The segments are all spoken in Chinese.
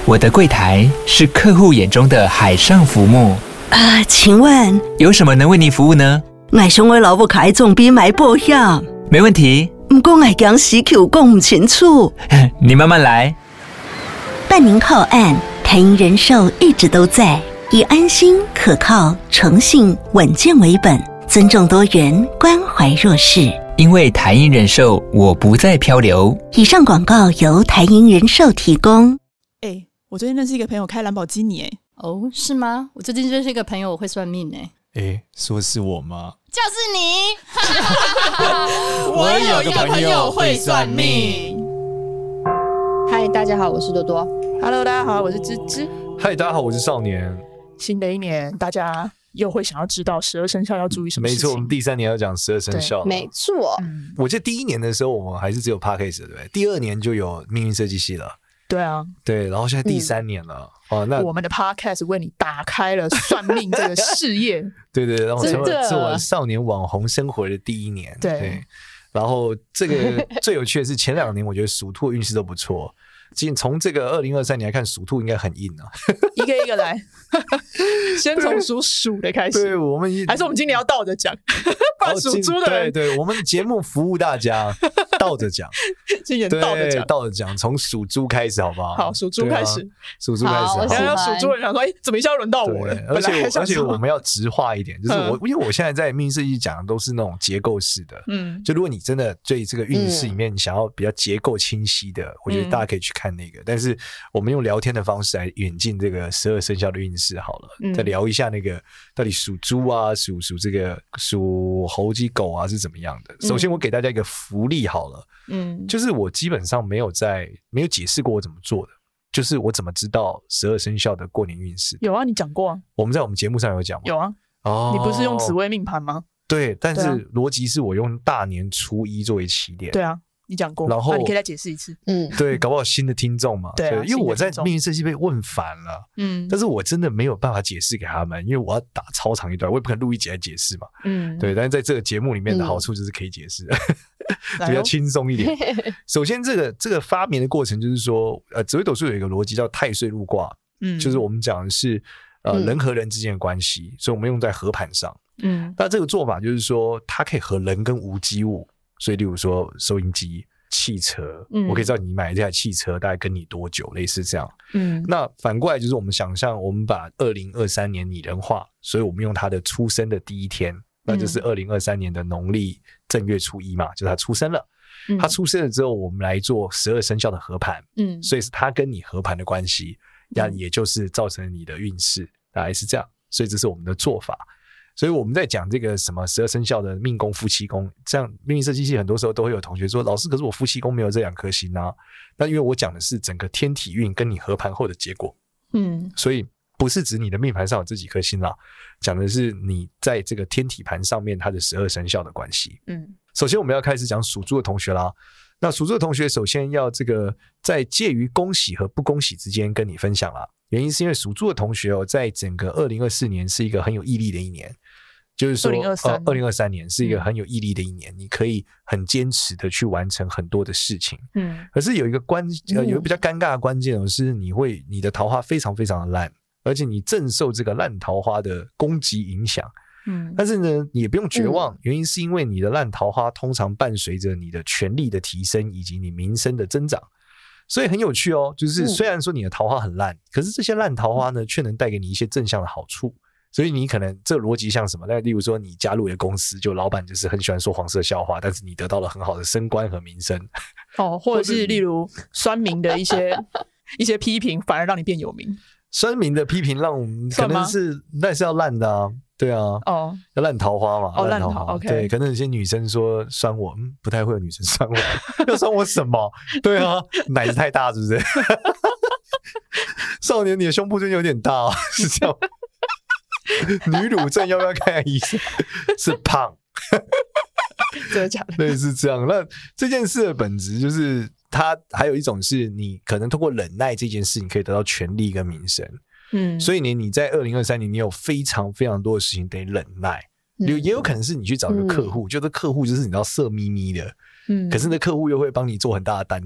我的柜台是客户眼中的海上浮木请问有什么能为您服务呢？ 我想我老母开总比买保险， 没问题， 不过我讲死口讲不清楚。 你慢慢来。 办您靠岸，台银人寿一直都在，以安心、可靠、诚信、稳健为本，尊重多元，关怀弱势。 因为台银人寿，我不再漂流。 以上广告由台银人寿提供。 我最近认识一个朋友开兰博基尼哦，是吗？我最近认识一个朋友，我会算命说是我吗？ 就是你。 我有一个朋友会算命。 嗨，大家好，我是多多。 Hello， 大家好，我是芝芝。 嗨，大家好，我是少年。 新的一年，大家又会想要知道12生肖要注意什么事情？ 没错，我们第3年要讲12生肖了。 没错。 我记得第1年的时候，我们还是只有 Podcast， 对不对？第2年就有命运设计系了。 对啊， 对，然后现在第3年了。那我们的 Podcast 为你打开了算命这个事业。 对，然后是我少年网红生活的第1年。对，然后这个最有趣的是前2年，我觉得属兔的运势都不错。从这个2023年来看，属兔应该很硬啊。 一个一个来，先从属的开始。 对， 还是我们今年要倒着讲，不然属猪的人。 对，我们节目服务大家，倒着讲。 今年倒着讲， 倒着讲，从属猪开始，好不好？ 好，属猪开始， 属猪开始。 然后属猪的人想说，怎么一下要轮到我了？ 而且我们要直化一点，就是因为我现在在命运设计讲的都是那种结构式的，就如果你真的对这个运势里面你想要比较结构清晰的，我觉得大家可以去看那个。但是我们用聊天的方式来远近这个12生肖的运势好了，再聊一下那个到底属猪啊、属猴鸡狗啊是怎么样的。首先我给大家一个福利好了，就是我基本上没有解释过我怎么做的，就是我怎么知道12生肖的过年运势。 有啊，你讲过啊， 我们在我们节目上有讲吗？ 有啊。你不是用紫微命盘吗？ 对，但是逻辑是我用大年初一作为起点。 对啊，你讲过，然后你可以再解释一次。 对，搞不好新的听众嘛。对，因为我在命运设计被问烦了。但是我真的没有办法解释给他们，因为我要打超长一段，我也不可能录一集来解释嘛。对，但是在这个节目里面的好处就是可以解释，比较轻松一点。首先，这个发明的过程就是说，紫微斗数有一个逻辑叫太岁入卦，就是我们讲的是人和人之间的关系，所以我们用在合盘上。那这个做法就是说，它可以和人跟无机物。所以例如说收音机、汽车，我可以知道你买这台汽车大概跟你多久，类似这样。那反过来就是我们想象我们把2023年拟人化，所以我们用他的出生的第一天，那就是2023年的农历正月初一嘛，就是他出生了。他出生了之后，我们来做12生肖的合盘，所以是他跟你合盘的关系，也就是造成你的运势，大概是这样。所以这是我们的做法。所以我们在讲这个什么12生肖的命宫、夫妻宫，这样命运设计系很多时候都会有同学说，老师，可是我夫妻宫没有这2颗星啊。那因为我讲的是整个天体运跟你合盘后的结果，所以不是指你的命盘上有这几颗星啦，讲的是你在这个天体盘上面它的12生肖的关系。首先我们要开始讲属猪的同学啦。那属猪的同学首先要这个在介于恭喜和不恭喜之间跟你分享啦。原因是因为属猪的同学在整个2024年是一个很有毅力的一年，就是说2023年是一个很有毅力的一年，你可以很坚持的去完成很多的事情。可是有一个有一个比较尴尬的关键是你的桃花非常非常的烂，而且你正受这个烂桃花的攻击影响。但是呢，你也不用绝望，原因是因为你的烂桃花通常伴随着你的权力的提升以及你名声的增长。所以很有趣哦，就是虽然说你的桃花很烂，可是这些烂桃花呢，却能带给你一些正向的好处。所以你可能这个逻辑像什么？例如说你加入一个公司，就老板就是很喜欢说黄色笑话，但是你得到了很好的升官和名声。 或者是例如酸民的一些批评，反而让你变有名。 酸民的批评让我们可能是那是要烂的啊。对啊，要烂桃花嘛，烂桃花。 OK， 对，可能有些女生说酸我，不太会有女生酸我，要酸我什么？对啊，奶子太大是不是？少年，你的胸部最近有点大哦，是这样。女乳症要不要看医生？是胖。 真的假的？ 对，是这样。那这件事的本质就是，它还有一种是你可能通过忍耐这件事，你可以得到权力跟名声。所以你在2023年你有非常非常多的事情得忍耐，也有可能是你去找一个客户，就是客户就是你知道色眯眯的，可是那客户又会帮你做很大的单子，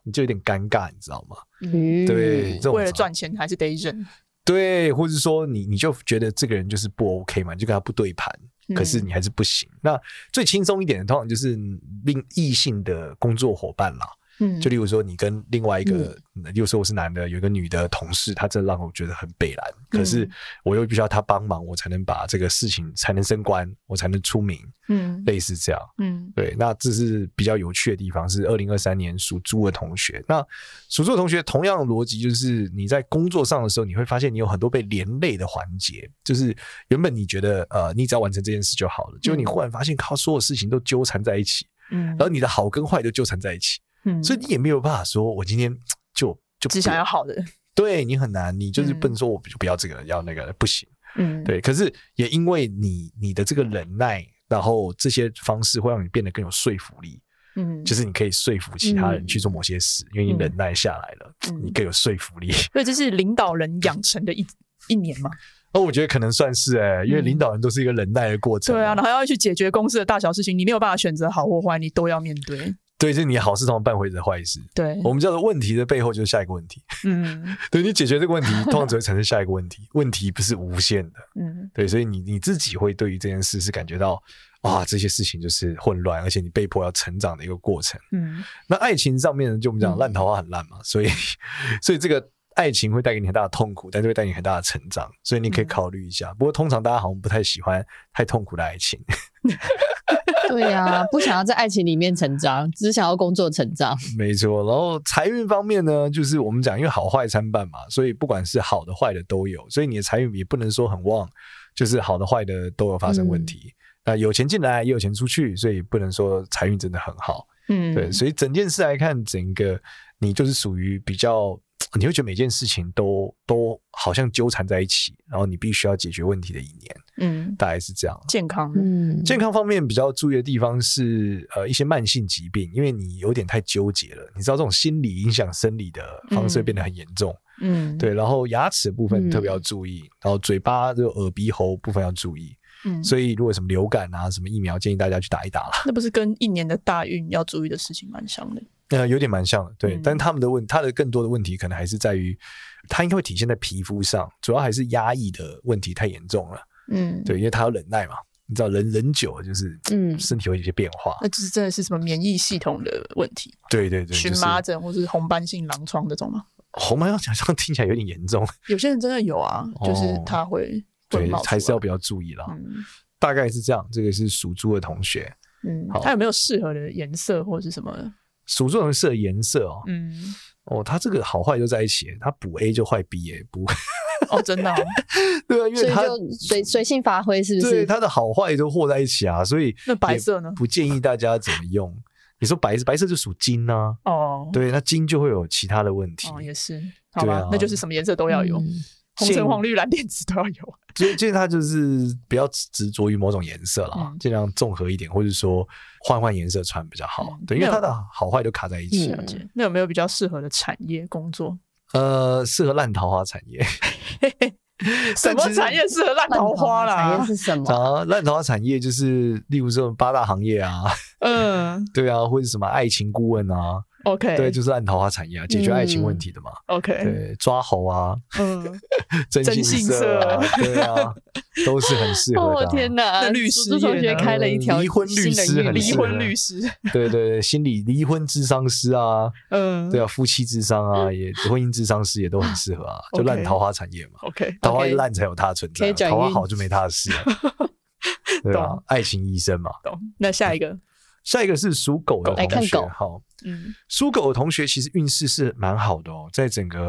你就有点尴尬，你知道吗？对， 为了赚钱还是得忍。 对，或者说你就觉得这个人就是不 OK 嘛，你就跟他不对盘，可是你还是不行。那最轻松一点的通常就是异性的工作伙伴啦。就例如说你跟另外一个，例如说我是男的，有一个女的同事，她真的让我觉得很北蓝，可是我又必须要她帮忙，我才能把这个事情才能升官，我才能出名，类似这样，对，那这是比较有趣的地方，是2023年属猪的同学。那属猪的同学同样的逻辑，就是你在工作上的时候，你会发现你有很多被连累的环节，就是原本你觉得你只要完成这件事就好了，结果你忽然发现靠所有事情都纠缠在一起，然后你的好跟坏都纠缠在一起。所以你也没有办法说我今天就只想要好的， 对，你很难，你就是不能说我就不要这个要那个，不行，对。可是也因为你的这个忍耐，然后这些方式会让你变得更有说服力，就是你可以说服其他人去做某些事，因为你忍耐下来了，你更有说服力。 所以这是领导人养成的一年吗？ 我觉得可能算是因为领导人都是一个忍耐的过程， 对啊，然后要去解决公司的大小事情，你没有办法选择好或坏，你都要面对。 对，就是你好事通常办回着坏事。对，我们叫做问题的背后就是下一个问题。对，你解决这个问题，通常只会产生下一个问题。问题不是无限的。对，所以你自己会对于这件事是感觉到这些事情就是混乱，而且你被迫要成长的一个过程。那爱情上面呢，就我们讲烂桃花很烂嘛，所以这个爱情会带给你很大的痛苦，但是会带给你很大的成长，所以你可以考虑一下。不过通常大家好像不太喜欢太痛苦的爱情。 对啊，不想要在爱情里面成长，只想要工作成长。 没错。然后财运方面呢，就是我们讲因为好坏参半嘛，所以不管是好的坏的都有，所以你的财运也不能说很旺，就是好的坏的都有发生问题。那有钱进来也有钱出去，所以不能说财运真的很好。对，所以整件事来看，整个你就是属于比较，你会觉得每件事情都好像纠缠在一起，然后你必须要解决问题的一年。大概是这样。 健康， 健康方面比较注意的地方是一些慢性疾病，因为你有点太纠结了，你知道这种心理影响生理的方式会变得很严重。对，然后牙齿的部分特别要注意，然后嘴巴就耳鼻喉部分要注意。所以如果什么流感啊什么疫苗，建议大家去打一打啦。 那不是跟一年的大运要注意的事情蛮像的？ 有点蛮像的，对。但他的更多的问题可能还是在于，它应该会体现在皮肤上，主要还是压抑的问题太严重了。对，因为他要忍耐嘛，你知道忍久了就是身体会有一些变化。 那就是真的是什么免疫系统的问题？ 对， 荨麻疹或是红斑性狼疮这种吗？ 红斑性狼疮听起来有点严重。 有些人真的有啊，就是他会对，还是要比较注意啦。大概是这样。这个是属猪的同学。 他有没有适合的颜色或者是什么？ 属猪的同学适合颜色他这个好坏就在一起，他补 A 就坏 B 补。 真的对啊，因为他所以就随性发挥，是不是？ 对，他的好坏都和在一起啊，所以那白色呢？ 不建议大家怎么用。你说白色就属金啊。对，那金就会有其他的问题。 也是，好吧，那就是什么颜色都要有。红橙黄绿蓝靛紫都要有。 所以他就是不要执着于某种颜色啦，尽量综合一点，或者说换颜色穿比较好。对，因为它的好坏都卡在一起。 那有没有比较适合的产业工作？ 适合烂桃花产业。 什么产业适合烂桃花啦？ 产业是什么？ 烂桃花产业就是例如说8大行业啊。对啊，或者什么爱情顾问啊。 OK， 对，就是烂桃花产业啊，解决爱情问题的嘛。 OK， 对，抓猴啊，征信社啊，对啊，都是很适合的。 天哪， 律师同学开了一条离婚律师， 离婚律师， 对，心理离婚諮商师啊，对啊，夫妻諮商啊，也婚姻諮商师也都很适合啊，就烂桃花产业嘛。 OK， 桃花烂才有它的存在，桃花好就没它的事了。对啊，爱情医生嘛。 懂。那下一个是属狗的同学。好，属狗的同学其实运势是蛮好的在整个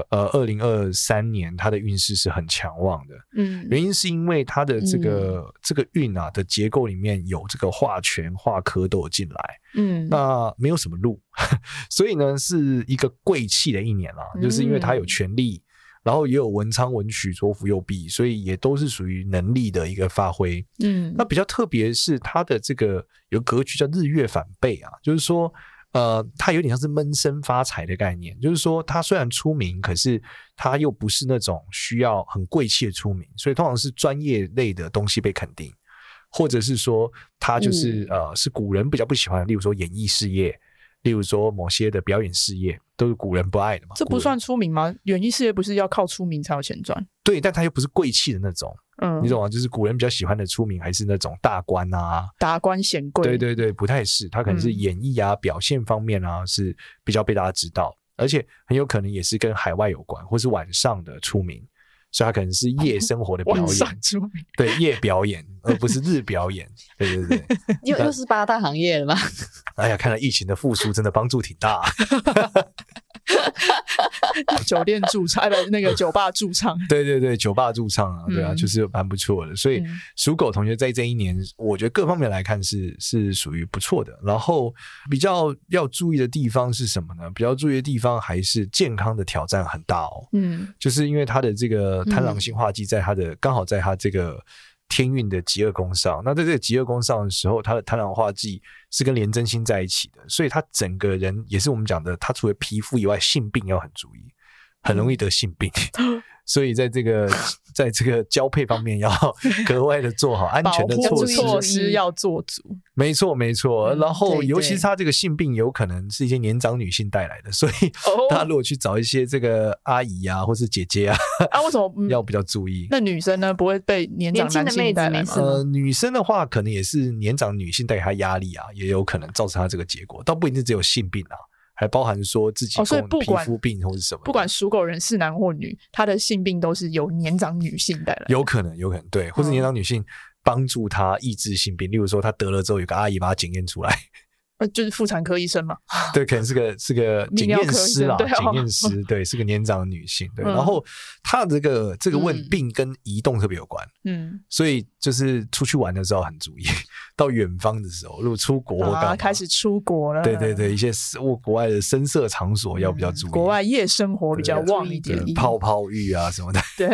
2023年他的运势是很强旺的。原因是因为他的这个运啊的结构里面有这个化权化科都有进来。那没有什么禄，所以呢是一个贵气的一年啦，就是因为他有权力，然后也有文昌文曲左辅右弼，所以也都是属于能力的一个发挥。那比较特别是他的这个有格局叫日月反背啊，就是说他有点像是闷声发财的概念，就是说他虽然出名，可是他又不是那种需要很贵气的出名，所以通常是专业类的东西被肯定，或者是说他就是是古人比较不喜欢的，例如说演艺事业，例如说某些的表演事业都是古人不爱的嘛。 这不算出名吗？演艺事业不是要靠出名才有钱赚？ 对，但他又不是贵气的那种，你懂吗？就是古人比较喜欢的出名还是那种大官啊， 达官显贵。 对对对，不太是，他可能是演艺啊、表现方面啊是比较被大家知道，而且很有可能也是跟海外有关，或是晚上的出名。所以他可能是夜生活的表演，对，夜表演，而不是日表演。对对对， 又是8大行业了吗？ 哎呀，看来疫情的复苏真的帮助挺大。 酒店驻唱，那个酒吧驻唱， 对对对，酒吧驻唱啊，对啊，就是蛮不错的。所以属狗同学在这一年，我觉得各方面来看是属于不错的。然后比较要注意的地方是什么呢？比较注意的地方还是健康的挑战很大哦。就是因为他的这个贪狼星化忌在他的刚好在他这个天运的极恶宫上，那在这个极恶宫上的时候，他的贪狼化忌是跟廉贞星在一起的，所以他整个人也是我们讲的，他除了皮肤以外，性病要很注意，很容易得性病。所以在这个交配方面要格外的做好安全的措施要做足。 没错没错，然后尤其是他这个性病有可能是一些年长女性带来的，所以他如果去找一些这个阿姨啊或是姐姐啊， 为什么要比较注意？ 那女生呢，不会被年长男性带来吗？ 女生的话可能也是年长女性带给她压力啊，也有可能造成她这个结果，倒不一定只有性病啊，还包含说自己皮肤病或是什么， 不管属狗人是男或女，他的性病都是由年长女性带来的， 有可能对，或是年长女性帮助他抑制性病，例如说他得了之后有个阿姨把他检验出来， 就是妇产科医生嘛， 对，可能是个检验师啦，检验师，对，是个年长的女性，对，然后他的这个病跟移动特别有关，所以就是出去玩的时候很注意，到远方的时候，如果出国或干嘛， 开始出国了， 对对对，一些国外的声色场所要比较注意， 国外夜生活比较旺一点， 泡泡浴啊什么的， 对，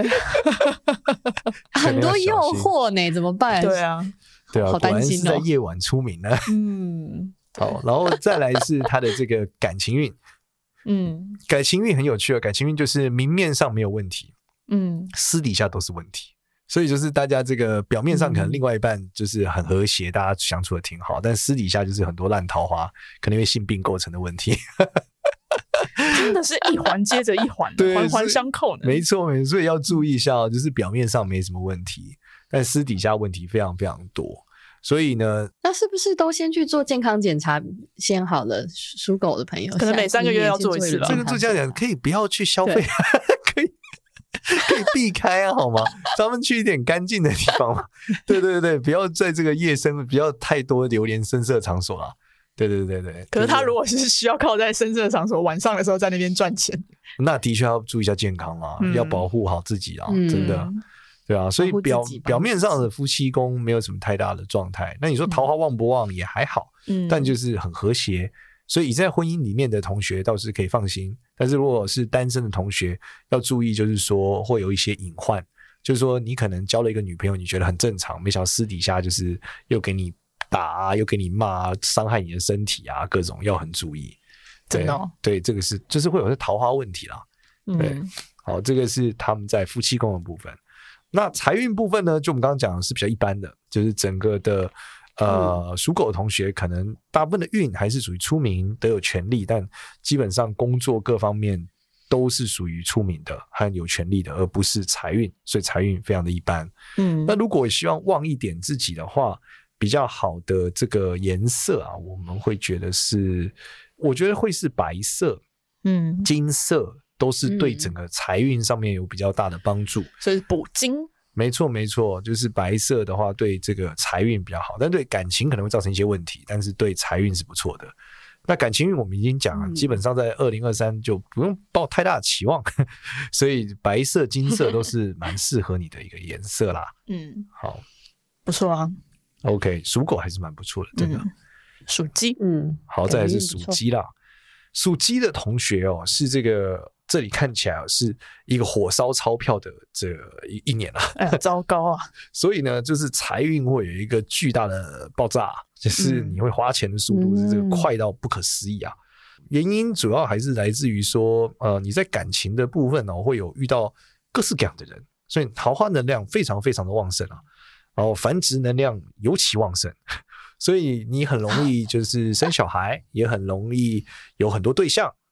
很多诱惑呢，怎么办？ 对啊， 好担心哦， 果然是在夜晚出名呢。好，然后再来是他的这个感情运，感情运很有趣哦，感情运就是明面上没有问题，私底下都是问题，所以就是大家这个表面上可能另外一半就是很和谐，大家相处的挺好，但私底下就是很多烂桃花，可能因为性病构成的问题。 真的是一环接着一环，环环相扣呢。 没错没错，所以要注意一下，就是表面上没什么问题，但私底下问题非常非常多。所以呢， 那是不是都先去做健康检查先好了？属狗的朋友， 可能每3个月要做一次吧。 这个做这样讲，可以不要去消费，可以避开啊，好吗？咱们去一点干净的地方嘛。对对对，不要在这个夜深，不要太多流连声色场所啦。对对对对。 可是他如果是需要靠在声色场所，晚上的时候在那边赚钱， 那的确要注意一下健康啊，要保护好自己啊，真的。对啊，所以表面上的夫妻宫没有什么太大的状态，那你说桃花旺不旺也还好，但就是很和谐，所以在婚姻里面的同学倒是可以放心，但是如果是单身的同学要注意，就是说会有一些隐患，就是说你可能交了一个女朋友，你觉得很正常，没想到私底下就是又给你打啊，又给你骂啊，伤害你的身体啊，各种要很注意。 真的哦？ 对，这个是就是会有些桃花问题啦。对，好，这个是他们在夫妻宫的部分。那财运部分呢，就我们刚刚讲的是比较一般的，就是整个的属狗的同学可能大部分的运还是属于出名得有权利，但基本上工作各方面都是属于出名的和有权利的，而不是财运，所以财运非常的一般。那如果希望旺一点自己的话，比较好的这个颜色啊，我们会觉得是，我觉得会是白色，金色。都是对整个财运上面有比较大的帮助， 所以补金。 没错没错，就是白色的话对这个财运比较好，但对感情可能会造成一些问题，但是对财运是不错的。那感情运我们已经讲了，基本上在2023就不用抱太大的期望，所以白色金色都是蛮适合你的一个颜色啦。好， 不错啊。 OK， 属狗还是蛮不错的，真的。 属鸡， 好，再来是属鸡啦。属鸡的同学哦，是这里看起来是一个火烧钞票的这一年啊， 哎呀，糟糕啊！ 所以呢，就是财运会有一个巨大的爆炸，就是你会花钱的速度是这个快到不可思议啊。原因主要还是来自于说，你在感情的部分呢，会有遇到各式各样的人，所以桃花能量非常非常的旺盛啊，然后繁殖能量尤其旺盛。所以你很容易就是生小孩，也很容易有很多对象，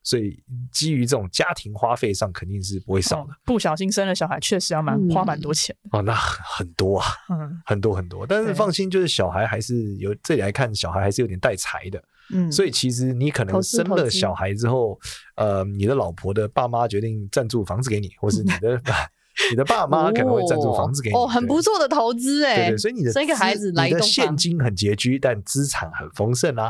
所以基于这种家庭花费上肯定是不会少的。 不小心生了小孩确实要花蛮多钱哦，那很多啊，很多很多。但是放心，就是小孩还是有，这里来看小孩还是有点带财的。所以其实你可能生了小孩之后，你的老婆的爸妈决定赞助房子给你，或是你的爸妈可能会赞助房子给你。 很不错的投资哎。 对，所以你的生一个孩子来一栋房， 你的现金很拮据，但资产很丰盛啊。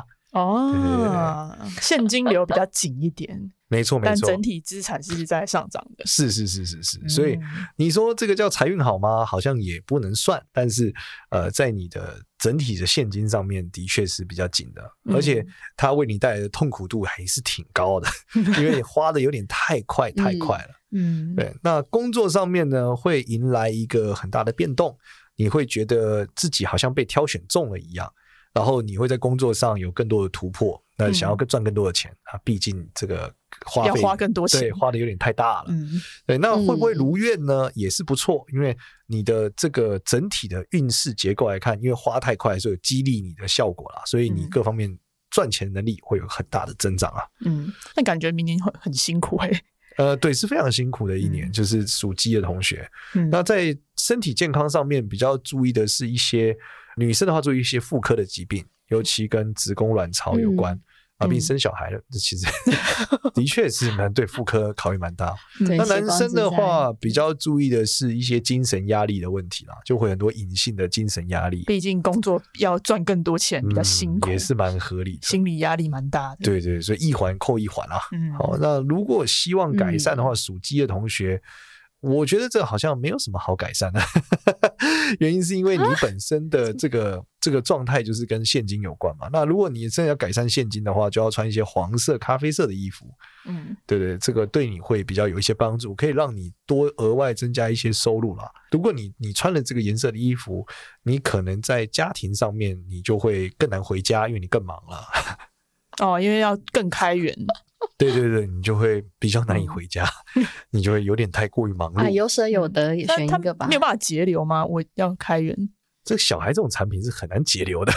现金流比较紧一点， 没错， 但整体资产是在上涨的。 是，所以你说这个叫财运好吗？好像也不能算，但是在你的整体的现金上面的确是比较紧的，而且它为你带来的痛苦度还是挺高的，因为你花的有点太快了。对。那工作上面呢，会迎来一个很大的变动，你会觉得自己好像被挑选中了一样。然后你会在工作上有更多的突破，那想要赚更多的钱啊，毕竟这个要花更多钱， 对，花的有点太大了。对，那会不会如愿呢？也是不错，因为你的这个整体的运势结构来看，因为花太快，所以有激励你的效果啦，所以你各方面赚钱能力会有很大的增长啊。 但感觉明年会很辛苦对，是非常辛苦的一年，就是属鸡的同学。那在身体健康上面比较注意的是一些女生的话，注意一些妇科的疾病，尤其跟子宫卵巢有关。毕竟生小孩了，这其实的确是对妇科考虑蛮大。那男生的话，比较注意的是一些精神压力的问题啦，就会很多隐性的精神压力。 毕竟工作要赚更多钱，比较辛苦， 也是蛮合理的， 心理压力蛮大的。 对，所以一环扣一环啊。好，那如果希望改善的话，属鸡的同学。我觉得这好像没有什么好改善的原因是因为你本身的这个状态就是跟现金有关嘛。那如果你真的要改善现金的话，就要穿一些黄色、咖啡色的衣服。对，这个对你会比较有一些帮助，可以让你多额外增加一些收入啦。如果你穿了这个颜色的衣服，你可能在家庭上面你就会更难回家，因为你更忙了。 因为要更开源。 对，你就会比较难以回家，你就会有点太过于忙碌。 有舍有得也选一个吧。 没有办法节流吗？我要开源。 这个小孩这种产品是很难节流的。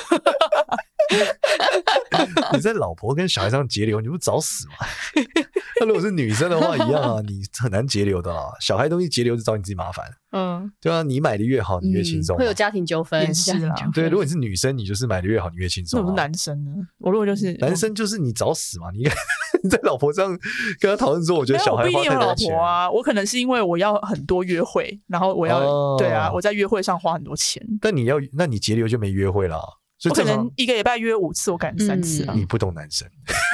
你在老婆跟小孩上节流，你不找死吗？那如果是女生的话一样啊，你很难节流的啊。小孩东西节流就找你自己麻烦。对啊，你买的越好，你越轻松。 会有家庭纠纷。 也是啦。 对，如果你是女生，你就是买的越好，你越轻松。 那我是男生呢？我如果就是男生，就是你找死嘛！你在老婆上跟他讨论说，我觉得小孩花太多钱。 不一定有老婆啊，我可能是因为我要很多约会，然后我要对啊，我在约会上花很多钱。 但那你节流就没约会了。 我可能一个礼拜约5次，我赶3次啊。 你不懂男生。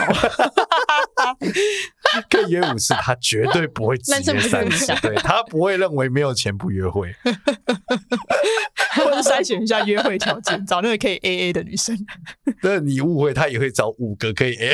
可以约5次，他绝对不会只约3次，对，他不会认为没有钱不约会， 或者筛选一下约会条件，找那个可以 AA 的女生。 那你误会，他也会找5个可以 AA。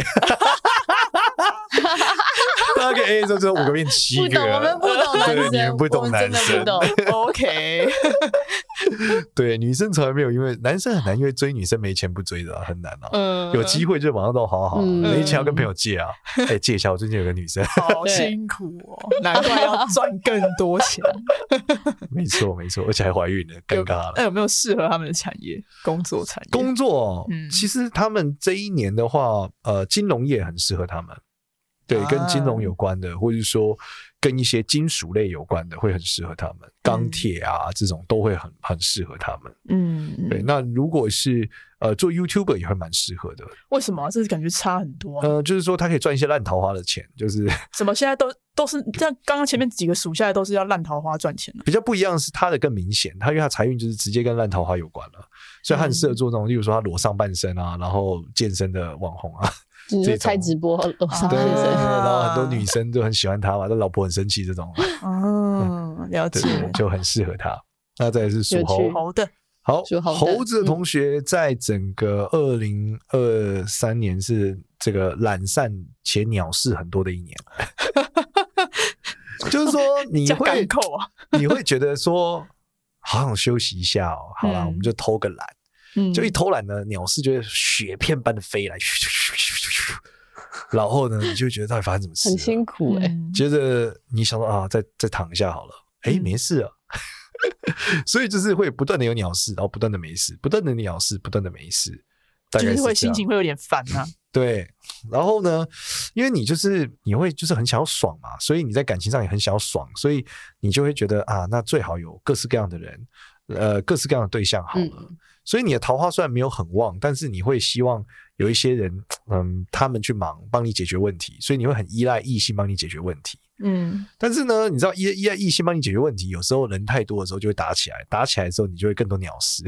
他可以 AA 之后就5个变7个， 我们不懂男生， 对，你们不懂男生。 OK， 对，女生从来没有，因为男生很难因为追女生没钱不追的，很难啊。有机会就马上都好，没钱要跟朋友借啊。借一下，我最近有个女生， 好辛苦难怪要赚更多钱。 没错，而且还怀孕了，尴尬了。 那有没有适合他们的产业？工作产业？ 工作，其实他们这一年的话，金融业很适合他们。对，跟金融有关的，或者说跟一些金属类有关的，会很适合他们。钢铁啊，这种都会很适合他们。对。那如果是做 YouTuber 也会蛮适合的。 为什么？这感觉差很多。 就是说他可以赚一些烂桃花的钱，就是什么现在都是这样。刚刚前面几个数下来都是要烂桃花赚钱。 比较不一样是他的更明显，因为他财运就是直接跟烂桃花有关了，所以他很适合做这种，例如说他裸上半身啊，然后健身的网红啊。 就是开直播裸上半身， 然后很多女生都很喜欢他嘛，但老婆很生气这种。 了解， 就很适合他。那再来是属猴的。 好，猴子的同学在整个2023年是这个懒散且鸟事很多的一年。就是说你会觉得说好想休息一下哦，好啦，我们就偷个懒。就一偷懒呢，鸟事就会雪片般的飞来，然后呢，你就觉得到底发生什么事？ 很辛苦接着你想说啊，再躺一下好了，没事啊。所以就是会不断的有鸟事，然后不断的没事，不断的鸟事，不断的没事，大概就是会心情会有点烦啊。 对，然后呢，因为你会就是很想要爽嘛，所以你在感情上也很想要爽，所以你就会觉得啊，那最好有各式各样的人，各式各样的对象好了。所以你的桃花虽然没有很旺，但是你会希望有一些人，他们去忙帮你解决问题，所以你会很依赖异性帮你解决问题。但是呢，你知道依赖异性帮你解决问题，有时候人太多的时候就会打起来，打起来的时候你就会更多鸟事。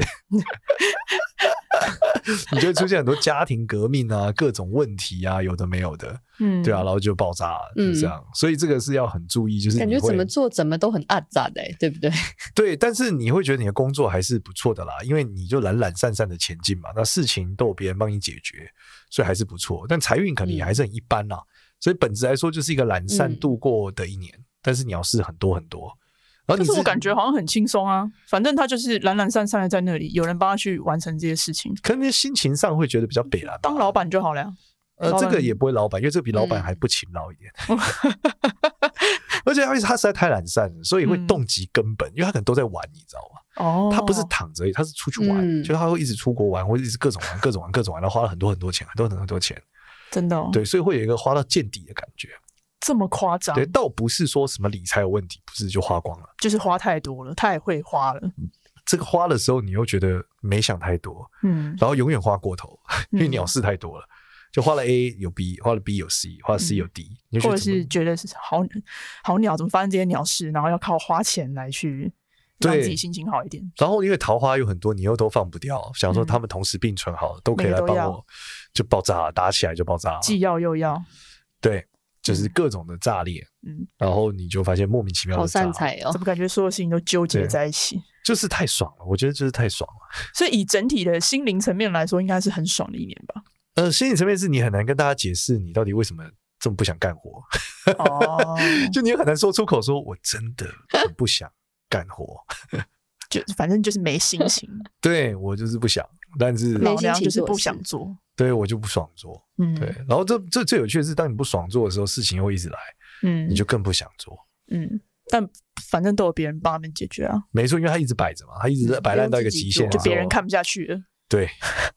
你就会出现很多家庭革命啊，各种问题啊，有的没有的，对啊，然后就爆炸了，就这样。所以这个是要很注意，就是感觉怎么做怎么都很暗杂的，对不对？ 对，但是你会觉得你的工作还是不错的啦，因为你就懒懒散散的前进嘛，那事情都有别人帮你解决，所以还是不错。但财运可能也还是很一般啦，所以本质来说就是一个懒散度过的一年，但是鸟事很多很多。 但是我感觉好像很轻松啊，反正他就是懒懒散散的在那里，有人帮他去完成这些事情。 可能心情上会觉得比较北啦， 当老板就好了呀。 这个也不会老板，因为这个比老板还不勤劳一点。而且他实在太懒散了，所以会动及根本，因为他可能都在玩，你知道吗？他不是躺着而已，他是出去玩，就他会一直出国玩，或者一直各种玩，然后花了很多钱，很多钱。 真的哦。 对，所以会有一个花到见底的感觉。 这么夸张？ 对，倒不是说什么理财有问题，不是就花光了， 就是花太多了，太会花了。 这个花的时候，你又觉得没想太多，然后永远花过头，因为鸟事太多了，就花了 A 有 B， 花了 B 有 C， 花了 C 有 D， 或者是觉得是好鸟，怎么发生这些鸟事，然后要靠花钱来去让自己心情好一点。 然后因为桃花有很多，你又都放不掉，想说他们同时并存好了，都可以来帮我，就爆炸了，打起来就爆炸了， 既要又要。 对。就是各种的炸裂，然后你就发现莫名其妙的炸， 好散财哦！ 怎么感觉所有事情都纠结在一起？ 就是太爽了，我觉得就是太爽了。 所以以整体的心灵层面来说，应该是很爽的一年吧？ 心理层面是你很难跟大家解释你到底为什么这么不想干活，就你很难说出口，说我真的很不想干活， 就反正就是没心情。 对，我就是不想，但是老娘就是不想做。 对，我就不爽做，对，然后这最有趣的是，当你不爽做的时候，事情又会一直来，你就更不想做， 但反正都有别人帮他们解决啊， 没错，因为他一直摆着嘛，他一直摆烂到一个极限， 就别人看不下去了， 对，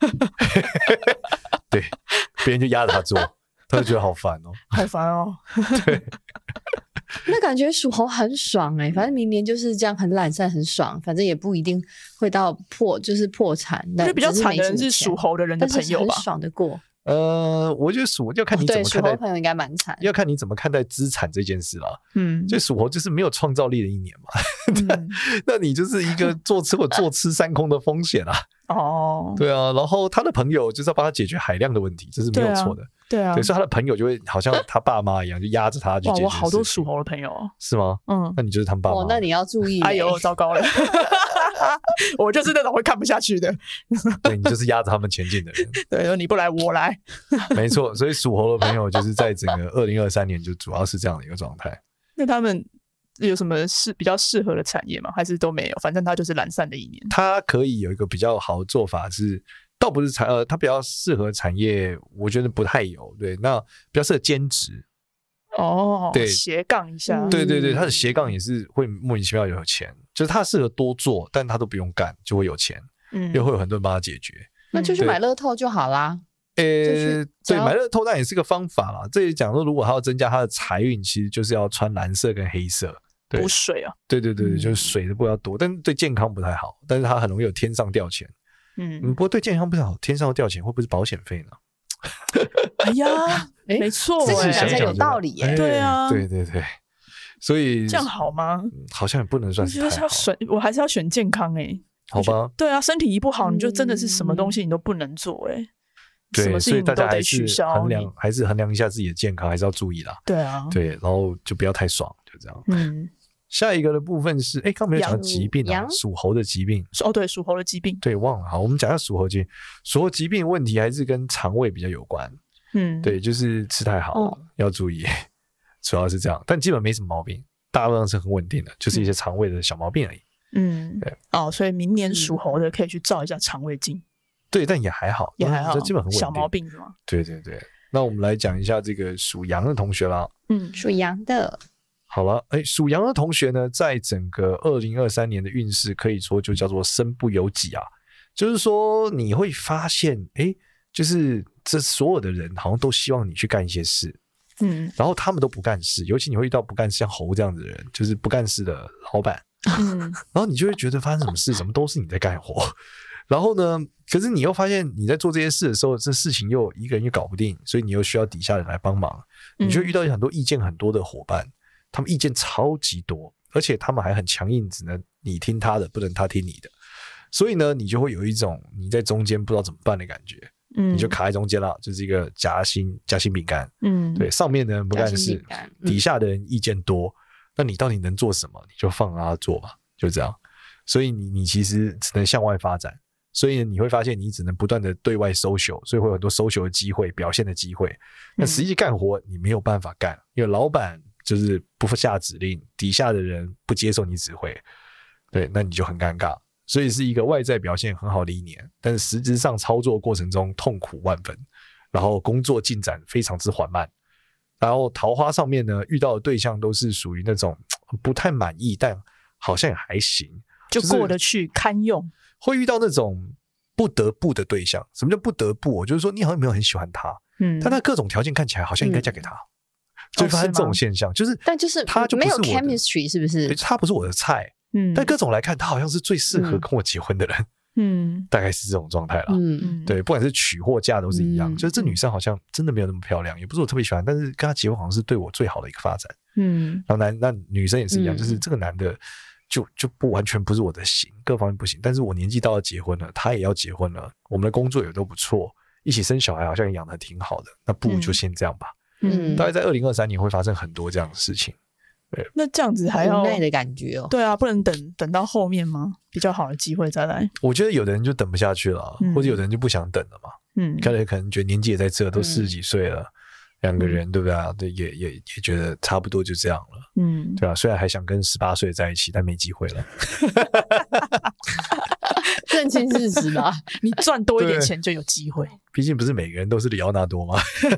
对，别人就压着他做，他就觉得好烦哦， 好烦哦， 对。 那感觉属猴很爽反正明年就是这样很懒散很爽，反正也不一定会到破产，但比较惨的人是属猴的人的朋友吧， 但是很爽的过。 我觉得要看你怎么看待， 属猴朋友应该蛮惨， 要看你怎么看待资产这件事啦。所以属猴就是没有创造力的一年嘛，那你就是一个坐吃山空的风险啊。对啊，然后他的朋友就是要帮他解决海量的问题，这是没有错的。 对啊， 所以他的朋友就会好像他爸妈一样，就压着他去解决。 我好多属猴的朋友是吗？那你就是他们爸妈。 那你要注意。 哎呦，糟糕了，我就是那种会看不下去的。 对，你就是压着他们前进的人。 对，你不来我来。 没错，所以属猴的朋友就是在整个2023年就主要是这样的一个状态。 那他们有什么比较适合的产业吗？还是都没有？反正他就是懒散的一年。 他可以有一个比较好的做法是，倒不是他比较适合产业，我觉得不太有。对，那比较适合兼职。对， 斜杠一下。 对对对，他的斜杠也是会莫名其妙有钱，就是他适合多做，但他都不用干就会有钱，又会有很多人帮他解决。 那就去买乐透就好啦。 对，买乐透那也是个方法啦。这里讲说，如果他要增加他的财运，其实就是要穿蓝色跟黑色， 补水啊。 对对对，就是水的不要多，但是对健康不太好。但是他很容易有天上掉钱。不过对健康不太好，天上掉钱会不会是保险费呢？ 哎呀，没错， 自己想想有道理耶。 对啊， 对对对，所以这样好吗？ 好像也不能算是太好。 我还是要选健康好吧？ 对啊，身体一不好，你就真的是什么东西你都不能做对，所以大家还是衡量一下自己的健康，还是要注意啦。 对啊， 对，然后就不要太爽，就这样。下一个的部分是，刚没有讲到疾病啊，属猴的疾病。 对，属猴的疾病。 对，忘了。好，我们讲一下属猴疾病。属猴疾病问题还是跟肠胃比较有关。对，就是吃太好，要注意，主要是这样。但基本没什么毛病，大部分是很稳定的，就是一些肠胃的小毛病而已。 对。所以明年属猴的可以去照一下肠胃镜。 对，但也还好，这基本很稳定。 小毛病是吗？ 对对对。那我们来讲一下这个属羊的同学啦。 属羊的。 好了，属羊的同学呢，在整个2023年的运势可以说就叫做身不由己啊，就是说你会发现，就是这所有的人好像都希望你去干一些事，然后他们都不干事，尤其你会遇到不干事，像侯这样子的人，就是不干事的老板，然后你就会觉得发生什么事，怎么都是你在干活，然后呢，可是你又发现你在做这些事的时候，这事情又一个人又搞不定，所以你又需要底下人来帮忙，你就会遇到很多意见很多的伙伴，他们意见超级多，而且他们还很强硬，只能你听他的，不能他听你的，所以呢，你就会有一种你在中间不知道怎么办的感觉，你就卡在中间了，就是一个夹心饼干，对，上面的人不干事，底下的人意见多，那你到底能做什么？你就放他做吧，就这样。所以你其实只能向外发展，所以你会发现你只能不断的对外social，所以会有很多social的机会、表现的机会。那实际干活你没有办法干，因为老板就是不下指令，底下的人不接受你指挥，对，那你就很尴尬。所以是一个外在表现很好的一年，但是实质上操作过程中痛苦万分，然后工作进展非常之缓慢，然后桃花上面呢遇到的对象都是属于那种不太满意，但好像也还行， 就过得去堪用， 会遇到那种不得不的对象。什么叫不得不？就是说你好像没有很喜欢他，但他各种条件看起来好像应该嫁给他，就发生这种现象，就是但就是他就不是我的没有 chemistry， 是不是？ 他不是我的菜，但各种来看，他好像是最适合跟我结婚的人，大概是这种状态啦。对，不管是娶或嫁都是一样，就是这女生好像真的没有那么漂亮，也不是我特别喜欢，但是跟她结婚好像是对我最好的一个发展。然后那女生也是一样，就是这个男的就不完全不是我的型，各方面不行，但是我年纪到了结婚了，他也要结婚了，我们的工作也都不错，一起生小孩好像也养得挺好的，那不如就先这样吧。大概在2023年会发生很多这样的事情。对， 那这样子还要无奈的感觉哦。 对啊，不能等到后面吗？比较好的机会再来。 我觉得有的人就等不下去了，或者有的人就不想等了嘛。可能觉得年纪也在这，都40几岁了，两个人对不对啊？对，也觉得差不多就这样了。对啊，虽然还想跟18岁在一起，但没机会了。 认清事实吧， 你赚多一点钱就有机会。 毕竟不是每个人都是里奥纳多嘛。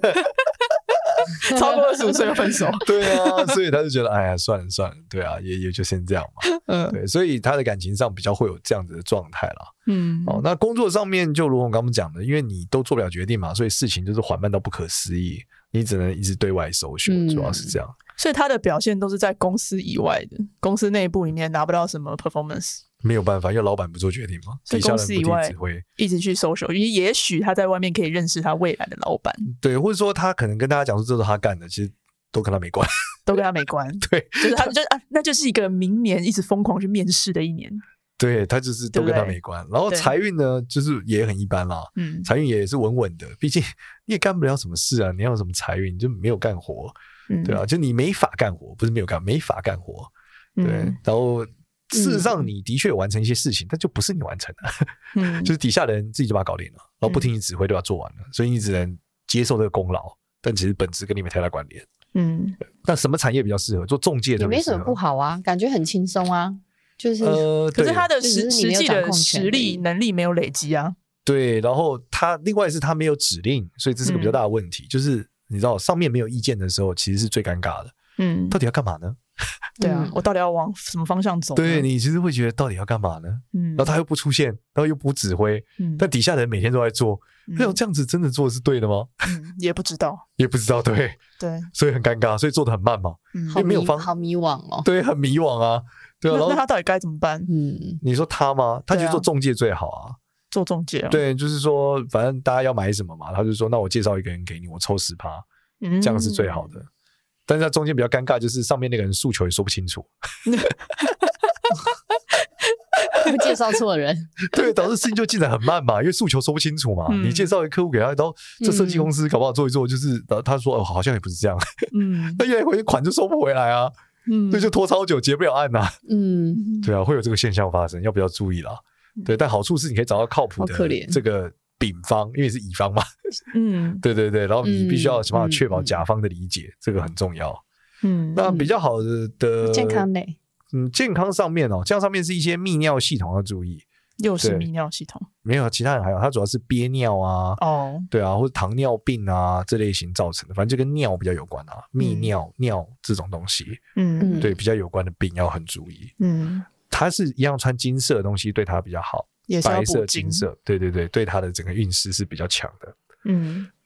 超过25岁就分手。 对啊，所以他就觉得哎呀算了，对啊，也就先这样嘛。对，所以他的感情上比较会有这样子的状态啦。那工作上面就如我刚刚讲的，因为你都做不了决定嘛，所以事情就是缓慢到不可思议，你只能一直对外搜寻，主要是这样。 所以他的表现都是在公司以外的，公司内部里面拿不到什么 performance。 没有办法，因为老板不做决定嘛， 所以公司以外一直去 social， 也许他在外面可以认识他未来的老板， 对，或者说他可能跟大家讲说这是他干的，其实都跟他没关， 都跟他没关。 对， 就是他那就是一个明年一直疯狂去面试的一年。 对，他就是都跟他没关。然后财运呢，就是也很一般啦，财运也是稳稳的，毕竟你也干不了什么事啊，你要有什么财运，你就没有干活，对啊，就你没法干活，不是没法干活，对，然后。事实上你的确有完成一些事情，但就不是你完成的，就是底下的人自己就把它搞定了，然后不听你指挥就把它做完了，所以你只能接受这个功劳，但其实本质跟你没太大关联。那什么产业比较适合做中介？ 也没什么不好啊，感觉很轻松啊，就是可是他的实际的实力能力没有累积啊。 对，然后他另外是他没有指令，所以这是个比较大的问题，就是你知道上面没有意见的时候，其实是最尴尬的。到底要干嘛呢？ 对啊，我到底要往什么方向走？ 对，你其实会觉得到底要干嘛呢？然后他又不出现，然后又不指挥，但底下的人每天都在做，那这样子真的做的是对的吗？ 也不知道， 对，所以很尴尬，所以做的很慢嘛， 好迷惘哦， 对，很迷惘啊，对啊， 那他到底该怎么办？ 你说他吗？他就做中介最好啊， 做中介， 对，就是说反正大家要买什么嘛，他就说那我介绍一个人给你，我抽10%，这样是最好的。但是他中间比较尴尬，就是上面那个人诉求也说不清楚， 介绍错人， 对，导致事情就进展很慢嘛，因为诉求说不清楚嘛。你介绍一个客户给他，然后这设计公司搞不好做一做，就是他说好像也不是这样，那越来回款就收不回来啊，所以就拖超久，结不了案啊，对啊，会有这个现象发生，要不要注意啦？对，但好处是你可以找到靠谱的这个丙方，因为是乙方嘛，对，然后你必须要想办法确保甲方的理解，这个很重要。那比较好的健康类， 健康上面哦，这样上面是一些泌尿系统要注意， 又是泌尿系统， 没有其他人还有，它主要是憋尿啊，对啊，或者糖尿病啊这类型造成的，反正就跟尿比较有关啊，泌尿尿这种东西，对，比较有关的病要很注意。它是一样穿金色的东西对它比较好， 也是要白色金色，对，对它的整个运势是比较强的。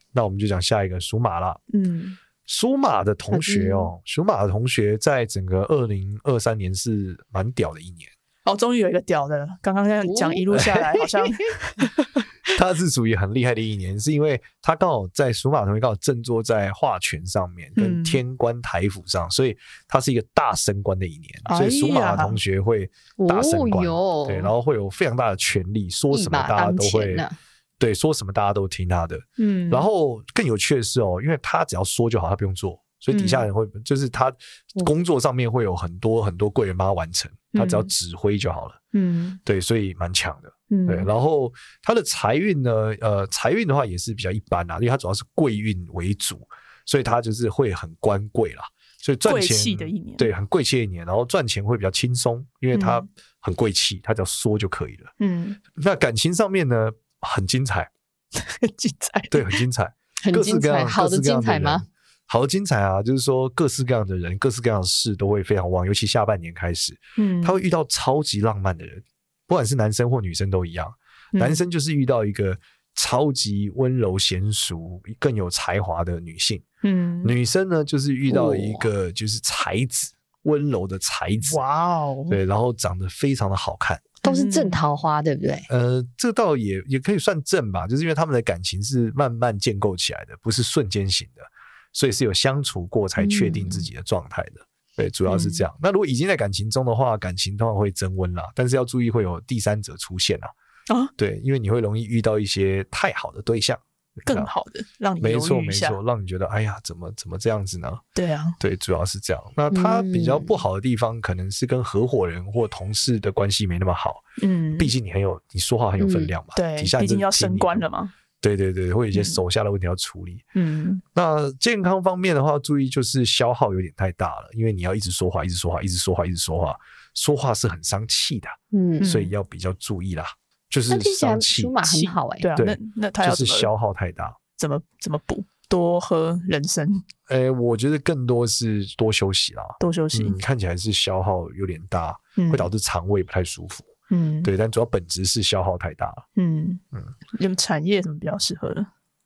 那我们就讲下一个属马啦。属马的同学属马的同学在整个2023年是蛮屌的一年。 终于有一个屌的了。刚刚讲一路下来，好像他是属于很厉害的一年，是因为他刚好在属马同学刚好正坐在化权上面，跟天官台府上，所以他是一个大升官的一年。所以属马的同学会大升官，对，然后会有非常大的权力，说什么大家都会。对，说什么大家都听他的。然后更有趣的是因为他只要说就好，他不用做，所以底下人会就是他工作上面会有很多很多贵人帮他完成，他只要指挥就好了。对，所以蛮强的。对，然后他的财运呢，财运的话也是比较一般啦，因为他主要是贵运为主，所以他就是会很官贵啦，所以赚钱贵气的一年， 对，很贵气的一年，然后赚钱会比较轻松，因为他很贵气，他只要说就可以了。那感情上面呢？很精彩， 很精彩， 对，很精彩， 很精彩，好的精彩吗？ 好的精彩啊，就是说各式各样的人，各式各样的事都会非常旺，尤其下半年开始，他会遇到超级浪漫的人，不管是男生或女生都一样。男生就是遇到一个超级温柔娴熟、更有才华的女性，女生呢就是遇到一个就是才子，温柔的才子，哇哦，对，然后长得非常的好看。 都是正桃花，对不对？ 这倒也可以算正吧，就是因为他们的感情是慢慢建构起来的，不是瞬间型的，所以是有相处过才确定自己的状态的。对，主要是这样。那如果已经在感情中的话，感情通常会增温啦，但是要注意会有第三者出现啦。对，因为你会容易遇到一些太好的对象。 更好的让你犹豫一下， 没错，让你觉得哎呀怎么这样子呢？ 对啊， 对，主要是这样。那他比较不好的地方可能是跟合伙人或同事的关系没那么好。毕竟你说话很有分量嘛， 对， 底下毕竟要升官了嘛。 对，会有一些手下的问题要处理。那健康方面的话，注意就是消耗有点太大了，因为你要一直说话，说话是很伤气的。所以要比较注意啦。就是伤气， 属马很好对啊，那他要就是消耗太大， 怎么补？多喝人参。 我觉得更多是多休息啦， 多休息。 看起来是消耗有点大，会导致肠胃不太舒服。对，但主要本质是消耗太大了。 有产业什么比较适合的？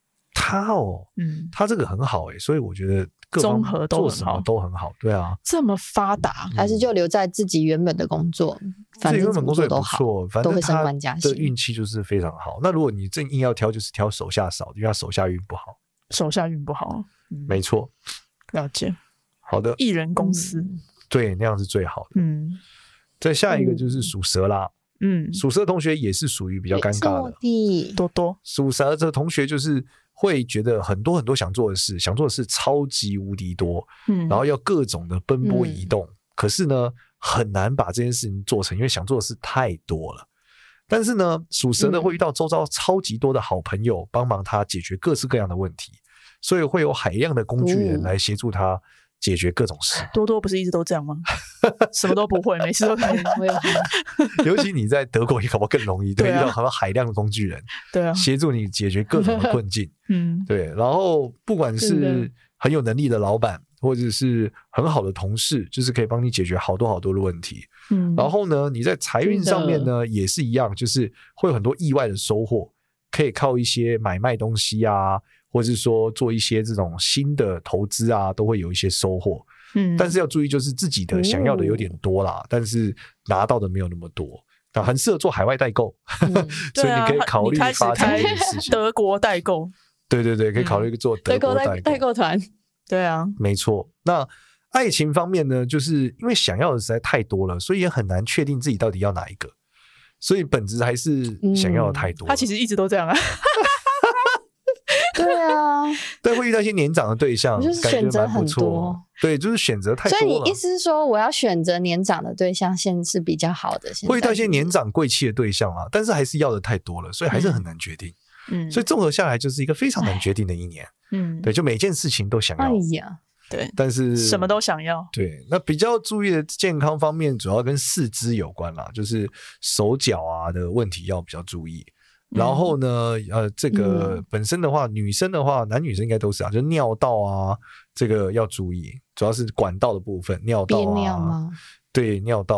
他这个很好所以我觉得综合做什么都很好。对啊， 这么发达， 还是就留在自己原本的工作，反正原本工作也不错，反正都会升官加薪， 的运气就是非常好。那如果你正硬要挑，就是挑手下少，因为他手下运不好。 没错， 了解。 好的， 艺人公司， 对，那样是最好的。再下一个就是属蛇啦。属蛇的同学也是属于比较尴尬的。 多属蛇的同学就是会觉得很多很多想做的事超级无敌多，然后要各种的奔波移动，可是呢很难把这件事情做成，因为想做的事太多了。但是呢属蛇的会遇到周遭超级多的好朋友帮忙他解决各式各样的问题，所以会有海量的工具人来协助他解决各种事。 多不是一直都这样吗？什么都不会，每次都可以。 尤其你在德国也搞不好更容易，对，遇到很多海量的工具人， 对啊， 协助你解决各种的困境。对，然后不管是很有能力的老板，或者是很好的同事，就是可以帮你解决好多好多的问题。然后呢，你在财运上面呢也是一样，就是会有很多意外的收获，可以靠一些买卖东西啊，或者是说做一些这种新的投资啊，都会有一些收获。但是要注意，就是自己的想要的有点多啦，但是拿到的没有那么多。那很适合做海外代购，所以你可以考虑发展这件事情。 德国代购， 对，可以考虑做德国代购团。 对啊， 没错。那爱情方面呢，就是因为想要的实在太多了，所以也很难确定自己到底要哪一个，所以本质还是想要的太多。 他其实一直都这样啊。 对啊， 对，会遇到一些年长的对象， 就是选择很多， 对，就是选择太多了。 所以你意思是说，我要选择年长的对象，现在是比较好的。 会遇到一些年长贵气的对象啦，但是还是要的太多了，所以还是很难决定。所以综合下来就是一个非常难决定的一年。对，就每件事情都想要。 哎呀， 对， 但是什么都想要。 对，那比较注意的健康方面，主要跟四肢有关啦，就是手脚啊的问题要比较注意。然后呢，这个本身的话，女生的话，男女生应该都是啊，就尿道啊，这个要注意，主要是管道的部分，尿道啊， 憋尿吗？ 对，尿道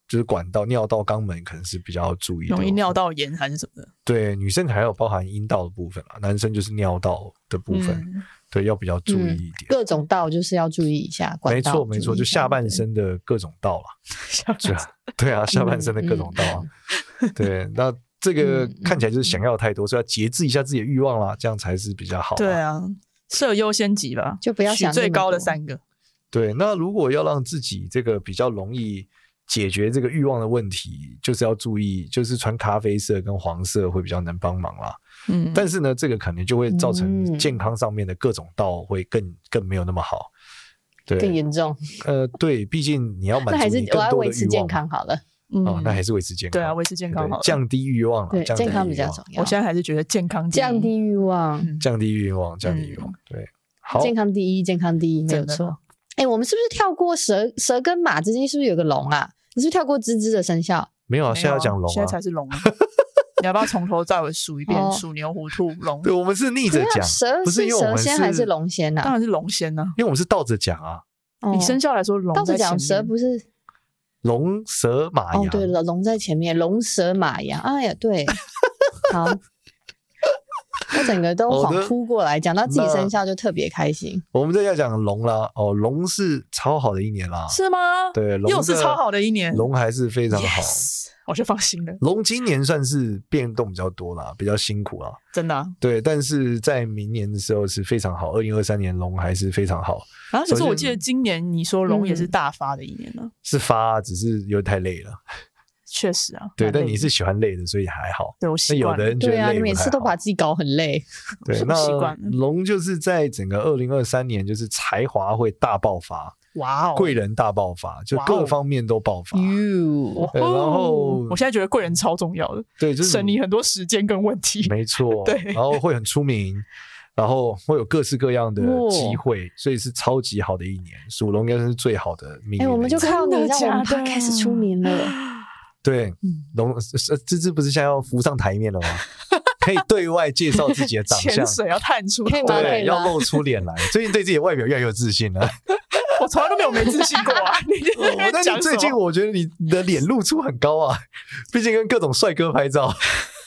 就是管道、尿道、肛门可能是比较注意的， 容易尿道炎还是什么的。 对，女生还有包含阴道的部分啦，男生就是尿道的部分，对，要比较注意一点。 各种道就是要注意一下，管道没错，就下半身的各种道啦。对啊，下半身的各种道啊。对，那这个看起来就是想要太多，所以要节制一下自己的欲望啦，这样才是比较好。 对啊，设优先级吧， 就不要想最高的3个。 对，那如果要让自己这个比较容易解决这个欲望的问题，就是要注意，就是穿咖啡色跟黄色会比较能帮忙啦。但是呢，这个可能就会造成健康上面的各种道会更没有那么好，对， 更严重。 对，毕竟你要满足你更多的欲望，那还是我要维持健康好了。 那还是维持健康。 对啊，维持健康好了， 降低欲望了， 健康比较重要。 我现在还是觉得健康第一， 降低欲望， 降低欲望。对，好， 健康第一，没有错。我们是不是跳过蛇跟马之间是不是有个龙啊？你是不是跳过吱吱的生肖？ 没有啊，现在要讲龙啊， 现在才是龙啊。你要不要从头到尾数一遍？鼠、牛、虎、兔、龙。 对，我们是逆着讲， 蛇不是因为我们蛇仙还是龙仙啊？ 当然是龙仙啊， 因为我们是倒着讲啊。 以生肖来说，龙倒着讲，蛇不是龙蛇马羊。 对了，龙在前面，龙蛇马羊。哎呀，对，好。我整个都恍惚过来，讲到自己生肖就特别开心。 我们这要讲龙啦，龙是超好的一年啦， 是吗？ 对， 又是超好的一年， 龙还是非常好， 我就放心了。 龙今年算是变动比较多啦，比较辛苦啦， 真的啊。 对，但是在明年的时候是非常好，2023年龙还是非常好。 可是我记得今年你说龙也是大发的一年呢， 是发，只是有点太累了。 确实啊， 对，但你是喜欢累的，所以还好。 对，我习惯了。 有的人觉得累不太好， 你每次都把自己搞很累。 对，那龙就是在整个2023年，就是才华会大爆发， 哇哦， 贵人大爆发，就各方面都爆发。 对， 然后我现在觉得贵人超重要的， 对，就是省你很多时间跟问题。 没错，对，然后会很出名。然后会有各式各样的机会，所以是超级好的一年。属龙应该是最好的命运。 我们就靠你让我们开始出名了。 对，龙芝不是现在要浮上台面了吗？可以对外介绍自己的长相， 潜水要探出头， 对，要露出脸来。最近对自己的外表越来越有自信了。 我从来都没自信过啊！ 但你最近我觉得你的脸露出很高啊，毕竟跟各种帅哥拍照。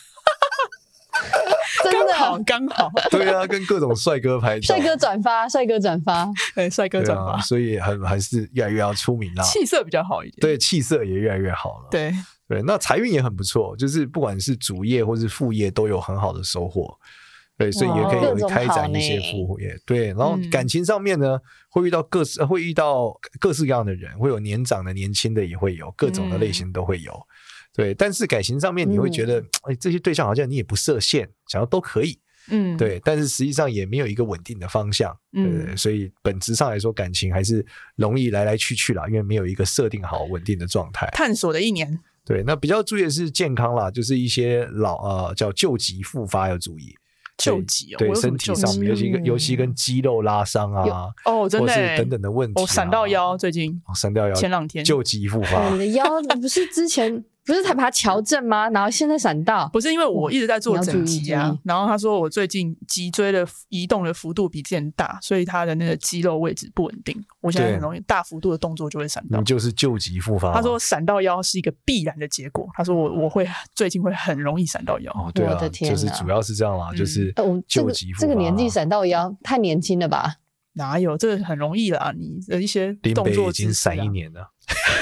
刚好， 对啊，跟各种帅哥拍照， 帅哥转发， 对，帅哥转发， 所以还是越来越要出名啦， 气色比较好一点， 对，气色也越来越好了， 对， 那财运也很不错，就是不管是主业或是副业都有很好的收获，对，所以也可以开展一些副业，对，然后感情上面呢，会遇到各式各样的人，会有年长的、年轻的，也会有各种的类型都会有。对，但是感情上面你会觉得，这些对象好像你也不设限，想要都可以，对，但是实际上也没有一个稳定的方向，对，所以本质上来说，感情还是容易来来去去啦，因为没有一个设定好稳定的状态。 探索的一年， 对，那比较注意的是健康啦，就是一些叫旧疾复发要注意。 旧疾对身体上面，尤其跟肌肉拉伤啊， 真的， 或是等等的问题， 闪到腰，最近闪到腰， 前2天旧疾复发， 你的腰不是之前不是才把它矫正吗？然后现在闪到， 不是因为我一直在做整脊啊，然后他说我最近脊椎的移动的幅度比之前大，所以他的那个肌肉位置不稳定，我现在很容易大幅度的动作就会闪到， 你就是旧疾复发。 他说闪到腰是一个必然的结果，他说我最近会很容易闪到腰。 对啊，就是主要是这样啦，就是旧疾复发。 这个年纪闪到腰太年轻了吧？ 哪有，这个很容易啦，你的一些动作林北已经闪1年了。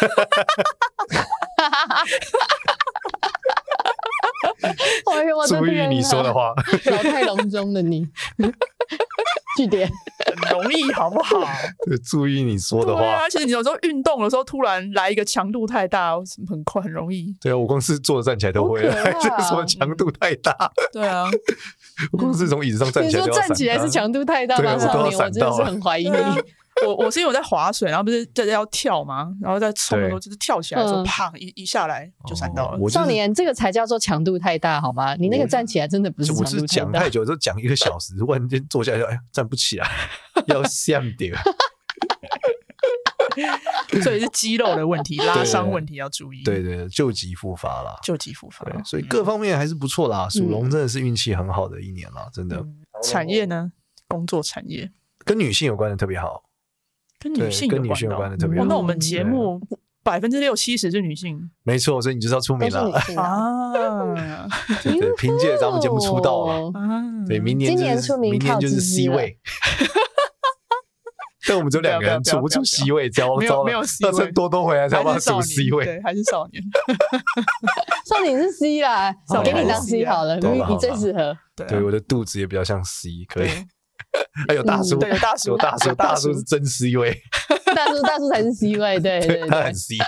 注意你说的话， 老态龙钟的你，句点很容易好不好？ 注意你说的话。对啊，而且你有时候运动的时候突然来一个强度太大，很快很容易。 对啊，我光是坐着站起来都会了，这什么强度太大？ 对啊， 我光是从椅子上站起来就要闪到。 你说站起来是强度太大吗？少年，我真的是很怀疑你。 我是因为我在划水，然后不是要跳嘛，然后在冲的时候就是跳起来的时候，砰一下来就闪到了。 少年，这个才叫做强度太大，好吗？你那个站起来真的不是强度太大。 我是讲太久，就讲1个小时，突然间坐下来就站不起来，要闪掉。 所以是肌肉的问题，拉伤问题要注意。 对，旧疾复发啦， 旧疾复发。 对，所以各方面还是不错啦。属龙真的是运气很好的一年啦，真的。 产业呢？工作产业跟女性有关的特别好。 跟女性有关的特别好。那我们节目 60%-70%是女性， 没错，所以你就是要出名了啊！ 对，凭借咱们节目出道了，对，明年就是 C 位。但我们只有2个人，处不出 C 位， 没有 C 位， 要趁多多回来才把它数 C 位。 对，还是少年， 少年是 C 啦，给你当 C 好了，你最适合。 对，我的肚子也比较像 C， 可以。还有大叔， 对，有大叔是真 C 位， 大叔才是 C 位，对， 他很 C。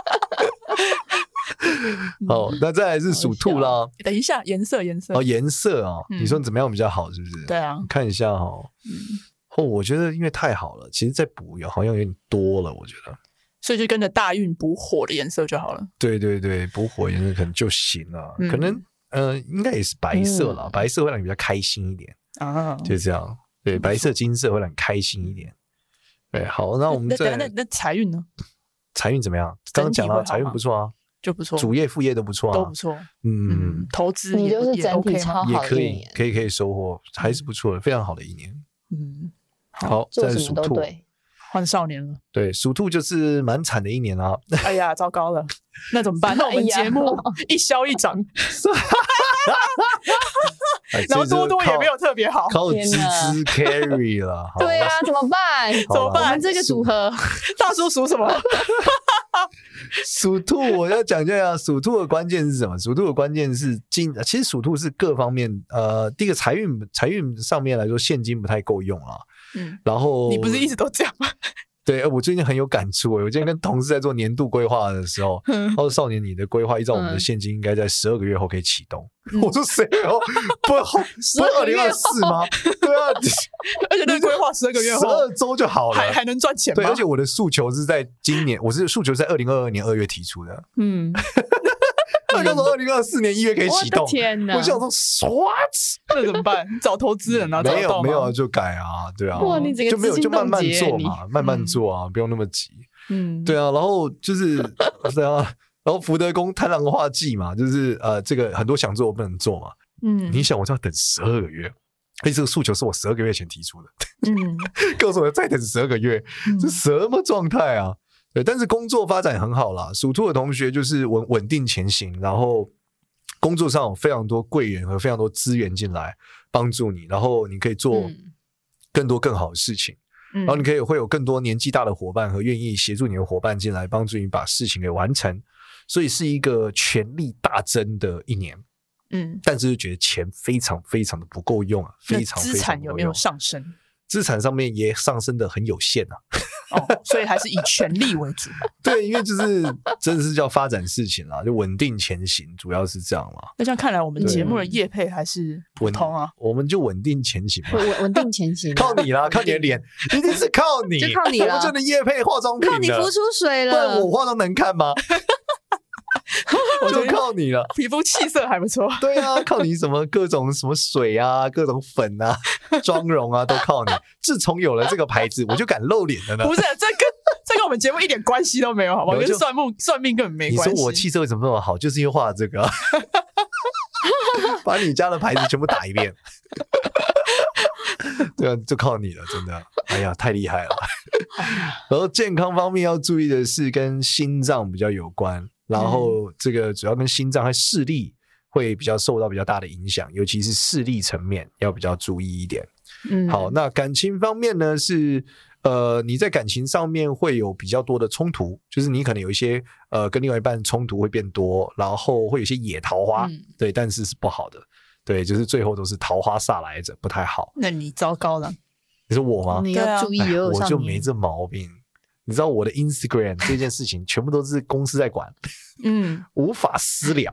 哦，那再来是属兔啦。 等一下，颜色哦，颜色啊，你说怎么样比较好？是不是？ 对啊， 看一下哦。我觉得因为太好了，其实再补好像有点多了，我觉得。 所以就跟着大运补火的颜色就好了。 对对对，补火颜色可能就行了，可能应该也是白色啦，白色会让你比较开心一点啊，就这样。对，白色金色会让你开心一点。对，好，那我们那财运呢？ 财运怎么样？刚刚讲了，财运不错啊， 就不错， 主业副业都不错啊， 都不错。投资你就是整体超好的一年， 可以收获，还是不错的，非常好的一年。好，再是属兔， 换少年了。 对，属兔就是蛮惨的一年啊。 哎呀，糟糕了，那怎么办？那我们节目一消一长。然后多多也没有特别好， 靠芝芝 carry 了。 对啊，怎么办？我们这个组合， 大叔属什么？ 属兔，我要讲一下，属兔的关键是什么？属兔的关键是其实属兔是各方面，第一个财运上面来说，现金不太够用啊。然后你不是一直都这样吗？ 对，我最近很有感触。我今天跟同事在做年度规划的时候，他说：“少年，你的规划依照我们的现金，应该在12个月后可以启动。”我说：“谁哦？不是2024吗？对啊， 而且那规划12个月后 ，12周就好了， 还能赚钱吗？ 对，而且我的诉求是在今年，我是诉求在2022年2月提出的。他就说2024年1月可以启动。 天哪！ 我想说 what？ 那怎么办？找投资人啊？ 没有就改啊，对啊， 哇，你整个就没有就慢慢做嘛，慢慢做啊，不用那么急。对啊，然后就是对啊，然后福德宫贪狼化忌嘛，就是这个很多想做我不能做嘛。你想我就要等12个月，而且这个诉求是我12个月前提出的。告诉我再等12个月，这什么状态啊？对，但是工作发展很好啦，属兔的同学就是稳定前行，然后工作上有非常多贵人和非常多资源进来帮助你，然后你可以做更多更好的事情，然后你会有更多年纪大的伙伴和愿意协助你的伙伴进来帮助你把事情给完成，所以是一个权力大增的一年。但是就觉得钱非常非常的不够用啊，非常非常不够用。资产有没有上升？ 资产上面也上升的很有限啊。 所以还是以权力为主。 对，因为就是真的是叫发展事情啦，就稳定前行，主要是这样啦。 那这样看来，我们节目的业配还是普通啊。 我们就稳定前行嘛， 稳定前行， 靠你啦，靠你的脸，一定是靠你， 就靠你了。 我们就能业配化妆品， 靠你浮出水了， 不然我化妆能看吗？我就靠你了， 皮肤气色还不错。 对啊，靠你什么各种什么水啊，各种粉啊，妆容啊，都靠你。自从有了这个牌子，我就敢露脸了呢。 不是，这跟我们节目一点关系都没有，好不好？跟算命根本没关系。 你说我气色为什么那么好，就是因为画了这个，把你家的牌子全部打一遍。对啊，就靠你了，真的。哎呀，太厉害了。然后健康方面要注意的是，跟心脏比较有关。然后这个主要跟心脏和视力会比较受到比较大的影响，尤其是视力层面要比较注意一点。好，那感情方面呢是你在感情上面会有比较多的冲突，就是你可能有一些跟另外一半冲突会变多，然后会有一些野桃花，对，但是是不好的，对，就是最后都是桃花煞来者，不太好。 那你糟糕了。 你说我吗？ 你要注意我就没这毛病。你知道我的 Instagram 这件事情全部都是公司在管，无法私了，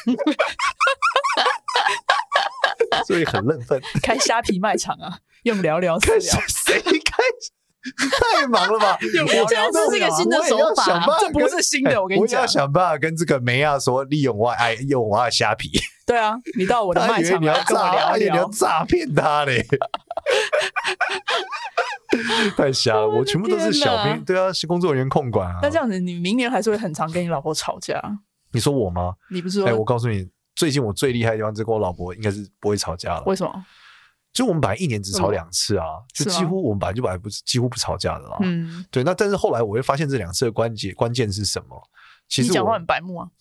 所以很认份。 开虾皮卖场啊，用聊聊私聊， 谁开？太忙了吧？ 用聊聊， 这是一个新的手法， 这不是新的，我跟你讲， 我要想办法跟这个梅亚说，利用我的虾皮。 对啊，你到我的卖场来跟我聊聊， 你要诈骗他嘞。太瞎了，我全部都是小兵，对啊，是工作人员控管啊。 那这样子，你明年还是会很常跟你老婆吵架？ 你说我吗？ 你不是说？ 我告诉你，最近我最厉害的地方，就是跟我老婆应该是不会吵架了。 为什么？ 就我们本来1年只吵2次啊，就几乎我们本来不是几乎不吵架的啦。对。那但是后来我会发现这2次的关键是什么？其实你讲话很白目啊。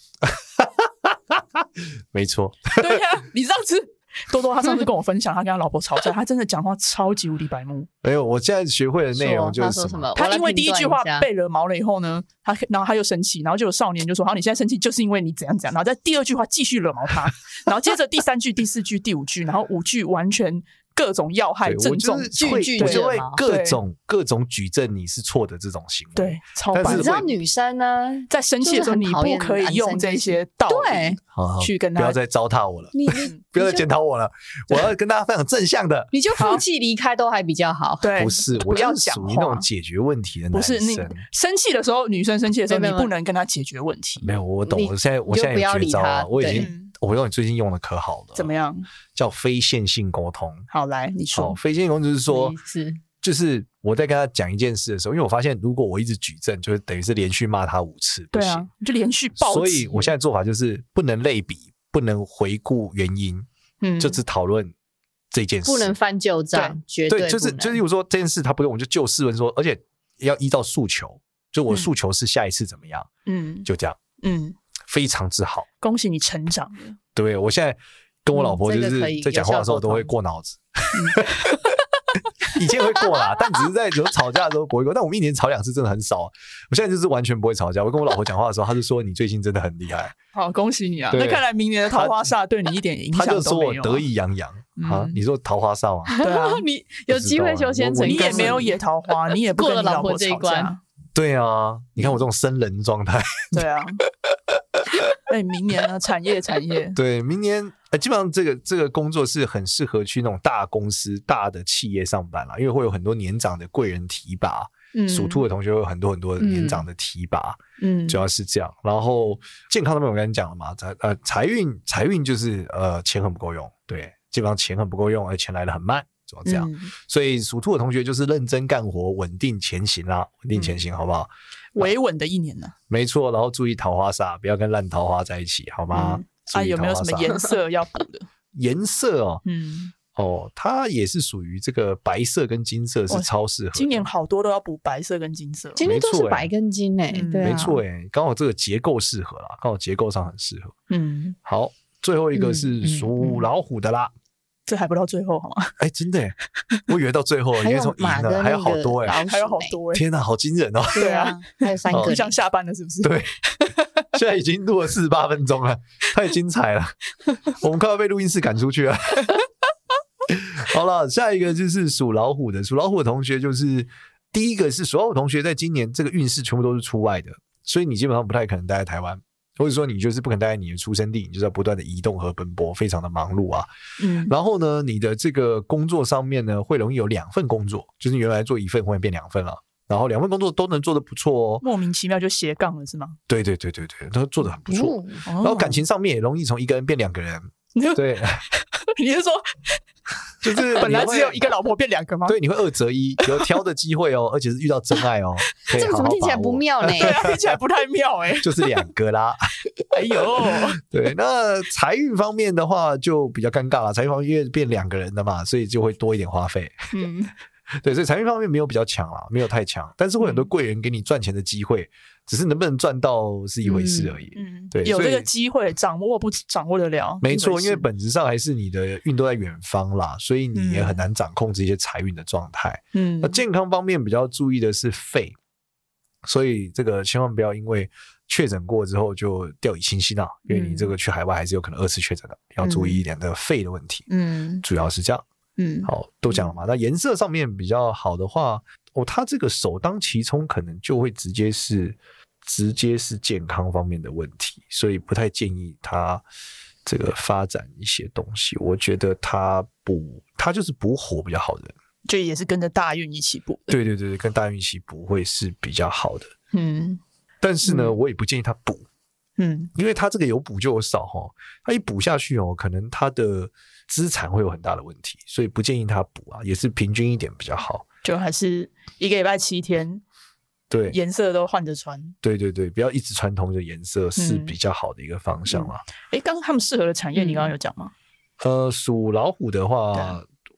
没错。 对啊，你上次多多他上次跟我分享，他跟他老婆吵架，他真的讲话超级无敌白目。 没有，我现在学会的内容就是什么？ 他因为第一句话被惹毛了以后呢，然后他又生气，然后就有少年就说：“好，你现在生气就是因为你怎样怎样。”然后在第2句话继续惹毛他，然后接着第3句、第4句、第5句，然后5句完全各种要害正中， 我就会各种举证你是错的这种行为。 对，超白。 你知道女生呢， 在生气的时候，你不可以用这些道理去跟他。 不要再糟蹋我了， 你不要再检讨我了。我要跟大家分享正向的。 你就负气离开都还比较好。 对， 不是，我就是属于那种解决问题的男生。 不是你生气的时候，女生生气的时候，你不能跟她解决问题。 没有，我懂。我现在有绝招啊，我用你最近用的可好了。 怎么样？ 叫非线性沟通。 好，来你说。 非线性沟通就是说，就是我在跟他讲一件事的时候，因为我发现如果我一直举证，就是等于是连续骂他5次， 对啊，就连续暴击。 所以我现在做法就是不能类比，不能回顾原因，就只讨论这件事， 不能翻旧账，绝对就是例如说这件事他不用，我就就事论说，而且要依照诉求，就我诉求是下一次怎么样，就这样，非常之好， 恭喜你成长了。 对，我现在跟我老婆就是在讲话的时候都会过脑子。以前会过啦，但只是在有吵架的时候不会过。但我们1年吵2次真的很少。我现在就是完全不会吵架。我跟我老婆讲话的时候，她就说你最近真的很厉害。 好，恭喜你啊！那看来明年的桃花煞对你一点影响都没有。 她就说我得意洋洋啊！你说桃花煞吗？ 对啊， 你有机会修仙成， 你也没有野桃花，你也不跟你老婆这一关。 对啊，你看我这种生人状态。 对啊。明年呢？产业对，明年基本上这个工作是很适合去那种大公司、大的企业上班啦，因为会有很多年长的贵人提拔。属兔的同学会有很多很多年长的提拔，主要是这样。然后健康那边我跟你讲了嘛，财运就是钱很不够用，对，基本上钱很不够用，而钱来得很慢。主要这样，所以属兔的同学就是认真干活，稳定前行啦，稳定前行，好不好？ 维稳的1年呢？ 没错，然后注意桃花煞，不要跟烂桃花在一起，好吗？ 有没有什么颜色要补的？ 颜色哦，它也是属于这个白色跟金色是超适合。 今年好多都要补白色跟金色， 今年都是白跟金对， 没错刚好这个结构适合啦，刚好结构上很适合。好，最后一个是属老虎的啦。 这还不到最后好吗？ 真的我以为到最后因为从赢了还有好多还有好多天哪，好惊人哦！ 对啊，还有3个， 就像下班了是不是？ 对，现在已经录了48分钟了，太精彩了，我们快要被录音室赶出去了。好了，下一个就是属老虎的，属老虎的同学就是第一个是属老虎同学，在今年这个运势全部都是出外的，所以你基本上不太可能待在台湾。或者说你就是不可能待在你的出生地，你就是要不断的移动和奔波，非常的忙碌啊。然后呢，你的这个工作上面呢，会容易有2份工作，就是原来做1份会变2份了，然后2份工作都能做得不错哦。 莫名其妙就斜杠了是吗？ 对，都做得很不错。然后感情上面也容易从1个人变2个人。对， 你是说？ 就是本来只有1个老婆变2个吗？ 对，你会2择1，有挑的机会哦，而且是遇到真爱哦。 这个怎么听起来不妙呢？ 对啊，听起来不太妙就是2个啦。 哎呦， 对，那财运方面的话就比较尴尬了，财运方面因为变2个人的嘛，所以就会多一点花费。对，所以财运方面没有比较强啦，没有太强，但是会有很多贵人给你赚钱的机会，只是能不能赚到是一回事而已。对， 有这个机会掌握不掌握得了？ 没错，因为本质上还是你的运都在远方啦，所以你也很难掌控这些财运的状态。那健康方面比较注意的是肺，所以这个千万不要因为确诊过之后就掉以轻心啊，因为你这个去海外还是有可能2次确诊的，要注意一点的肺的问题。主要是这样。好，都讲了嘛。那颜色上面比较好的话，它这个首当其冲可能就会直接是健康方面的问题，所以不太建议他这个发展一些东西。我觉得他就是补火比较好的， 就也是跟着大运一起补。 对，跟大运一起补会是比较好的。但是呢，我也不建议他补。因为他这个有补就有少他一补下去可能他的资产会有很大的问题，所以不建议他补啊，也是平均一点比较好。 就还是1个礼拜7天， 对， 颜色都换着穿。对， 不要一直穿同一个颜色是比较好的一个方向啦。 刚刚他们适合的产业你刚刚有讲吗？ 属老虎的话，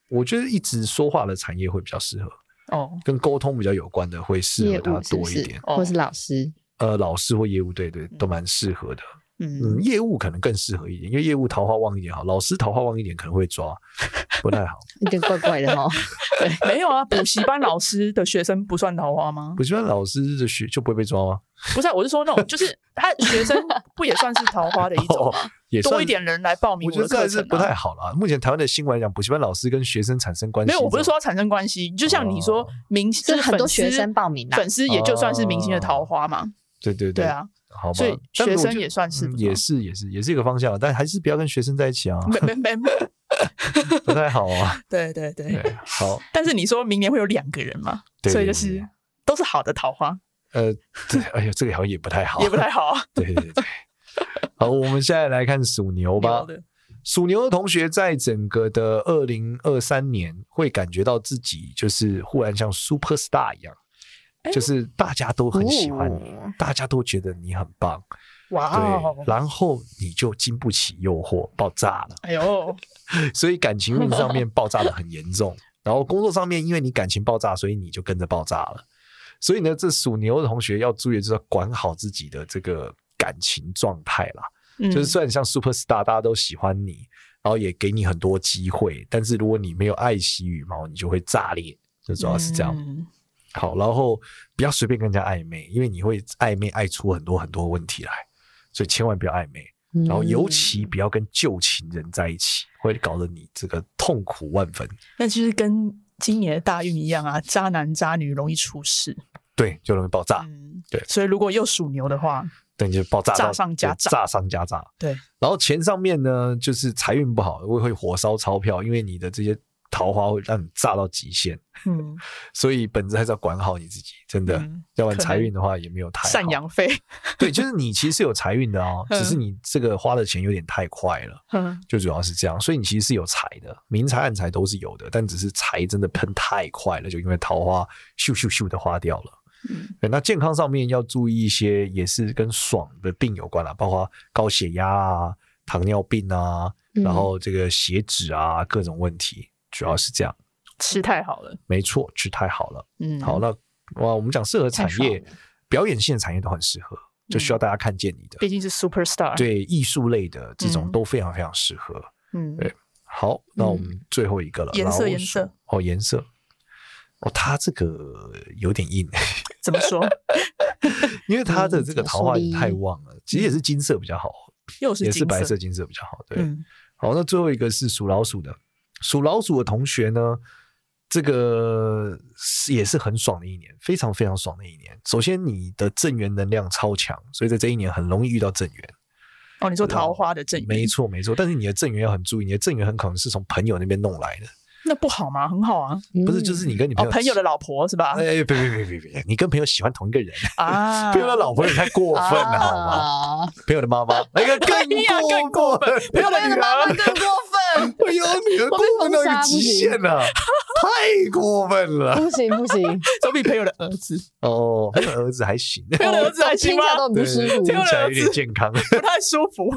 我觉得一直说话的产业会比较适合跟沟通比较有关的会适合他多一点， 或是老师老师或业务，对对，都蛮适合的。业务可能更适合一点，因为业务桃花旺一点好，老师桃花旺一点可能会抓，不太好， 有点怪怪的哦。 对，没有啊，补习班老师的学生不算桃花吗？ 补习班老师的就不会被抓吗？ 不是、啊，我是说那种，就是他学生不也算是桃花的一种吗？ 也多一点人来报名我的课程、啊， 我觉得这还是不太好啦。目前台湾的新闻来讲，补习班老师跟学生产生关系， 没有，我不是说要产生关系，就像你说明星，就是很多学生报名啦， 粉丝也就算是明星的桃花嘛。 对对对， 对啊。 好吧， 所以学生也算是也是一个方向，但还是不要跟学生在一起啊， 没不太好啊。 对对 对， 好。 但是你说明年会有2个人嘛，所以就是都是好的桃花。 对，哎呀，这个好像也不太好， 也不太好啊。 对对对。好，我们现在来看属牛吧。属牛的同学在整个的2023年会感觉到自己就是忽然像 super star 一样。就是大家都很喜欢你，大家都觉得你很棒， 哇！ 对，然后你就经不起诱惑，爆炸了。 哎呦， 所以感情运上面爆炸的很严重，然后工作上面因为你感情爆炸，所以你就跟着爆炸了。所以呢，这属牛的同学要注意，就是要管好自己的这个感情状态啦。就是虽然像 super star 大家都喜欢你，然后也给你很多机会，但是如果你没有爱惜羽毛，你就会炸裂，就主要是这样。好，然后不要随便跟人家暧昧，因为你会暧昧爱出很多很多问题来，所以千万不要暧昧。然后尤其不要跟旧情人在一起，会搞得你这个痛苦万分。 那就是跟今年的大运一样啊，渣男渣女容易出事， 对，就容易爆炸。对， 所以如果又属牛的话， 对，你就爆炸， 炸上加炸， 炸上加炸。 对， 然后钱上面呢，就是财运不好，会火烧钞票，因为你的这些桃花会让你炸到极限，所以本质还是要管好你自己，真的，要不然财运的话也没有太好。赡养费， 对，就是你其实是有财运的哦，只是你这个花的钱有点太快了，就主要是这样，所以你其实是有财的，明财暗财都是有的，但只是财真的喷太快了，就因为桃花咻咻咻的花掉了。对，那健康上面要注意一些，也是跟爽的病有关啦，包括高血压啊、糖尿病啊，然后这个血脂啊，各种问题。主要是这样， 吃太好了， 没错，吃太好了。好，那我们讲适合产业，表演性的产业都很适合，就需要大家看见你的， 毕竟是 super star， 对，艺术类的这种都非常非常适合。对，好，那我们最后一个了， 颜色， 颜色，它这个有点硬， 怎么说？ 因为它的这个桃花太旺了，其实也是金色比较好，也是白色金色比较好。对，好，那最后一个是属老鼠的。属老鼠的同学呢，这个也是很爽的一年，非常非常爽的一年。首先你的正缘能量超强，所以在这一年很容易遇到正缘。 你说桃花的正缘， 没错没错，但是你的正缘要很注意，你的正缘很可能是从朋友那边弄来的。 那不好吗？很好啊， 不是，就是你跟你朋友的老婆是吧？ 别，你跟朋友喜欢同一个人啊，朋友的老婆也太过分了好吗？朋友的妈妈那个更过分， 朋友的妈妈更过分， 哎呦，女儿过分到一个极限了，太过分了， 不行， 总比朋友的儿子朋友的儿子还行， 朋友的儿子还行吗？ 听起来都很不舒服， 听起来有点健康， 不太舒服。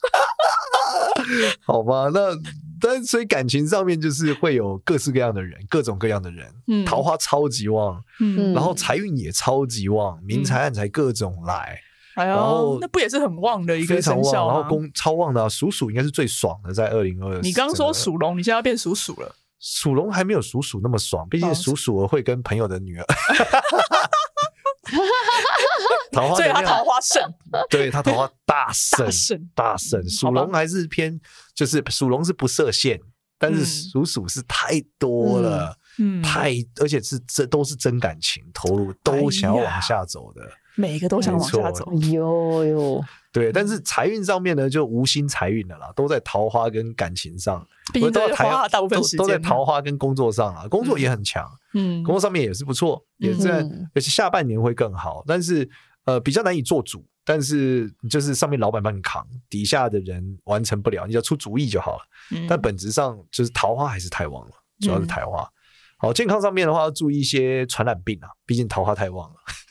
好吧，但所以感情上面就是会有各式各样的人，各种各样的人，桃花超级旺，然后财运也超级旺，明财暗财各种来，然后那不也是很旺的一个生肖吗？ 然后超旺的属鼠应该是最爽的，在2024。 你刚刚说属龙，你现在要变属鼠了。 属龙还没有属鼠那么爽，毕竟属鼠会跟朋友的女儿。 所以他桃花盛， 对，他桃花大盛。属龙还是偏，就是属龙是不设限，但是属鼠是太多了，而且这都是真感情投入，都想要往下走的， 每一个都想往下走。 哟， 对，但是财运上面呢，就无心财运了啦，都在桃花跟感情上， 毕竟都花大部分时间都在桃花跟工作上啊，工作也很强，工作上面也是不错，也在，而且下半年会更好，但是比较难以做主，但是就是上面老板帮你扛，底下的人完成不了，你就出主意就好了。但本质上就是桃花还是太旺了，主要是桃花。好，健康上面的话要注意一些传染病啊，毕竟桃花太旺了。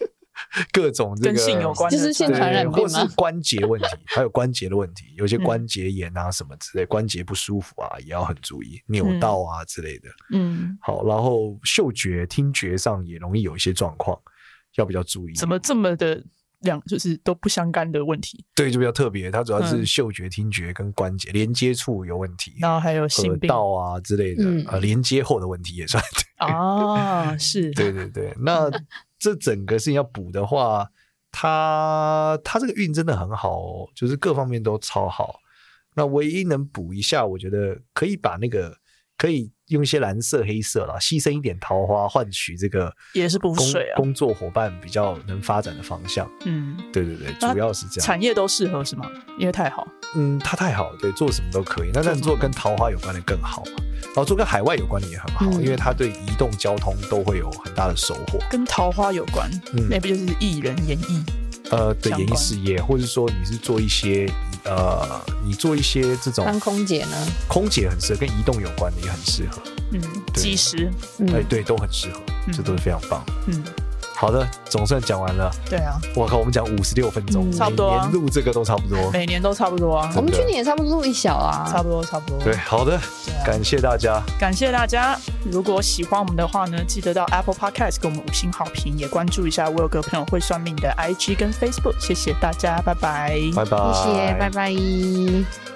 各种这个跟性有关的， 就是性传染病或是关节问题，还有关节的问题，有些关节炎啊什么之类，关节不舒服啊也要很注意，扭到啊之类的。好，然后嗅觉、听觉上也容易有一些状况，要比较注意。 怎么这么的就是都不相干的问题？ 对，就比较特别，它主要是嗅觉、听觉跟关节连接处有问题， 然后还有性病、 耳道啊之类的，连接后的问题也算。 是， 对对对。那这整个事情要补的话，他这个运真的很好哦，就是各方面都超好。那唯一能补一下，我觉得可以把那个可以用一些蓝色、黑色啦，牺牲一点桃花，换取这个也是补水啊， 工作伙伴比较能发展的方向。对对对，主要是这样。 产业都适合是吗？因为太好。 它太好，对，做什么都可以。那但做跟桃花有关的更好嘛，然后做跟海外有关的也很好，因为它对移动交通都会有很大的收获。 跟桃花有关，那不就是艺人演艺？ 对，演艺事业，或者说你是做一些你做一些这种。 当空姐呢？ 空姐很适合，跟移动有关的也很适合。 机师， 对，都很适合，这都是非常棒。好的，总算讲完了。 对啊， 我靠，我们讲56分钟， 差不多啊。 每年录这个都差不多， 每年都差不多啊。 我们去年也差不多录1小啊， 差不多。 对，好的，感谢大家， 感谢大家。如果喜欢我们的话呢，记得到 Apple Podcast 给我们5星好评，也关注一下我有个朋友会算命的 IG 跟 Facebook。谢谢大家，拜拜， 拜拜， 谢谢，拜拜。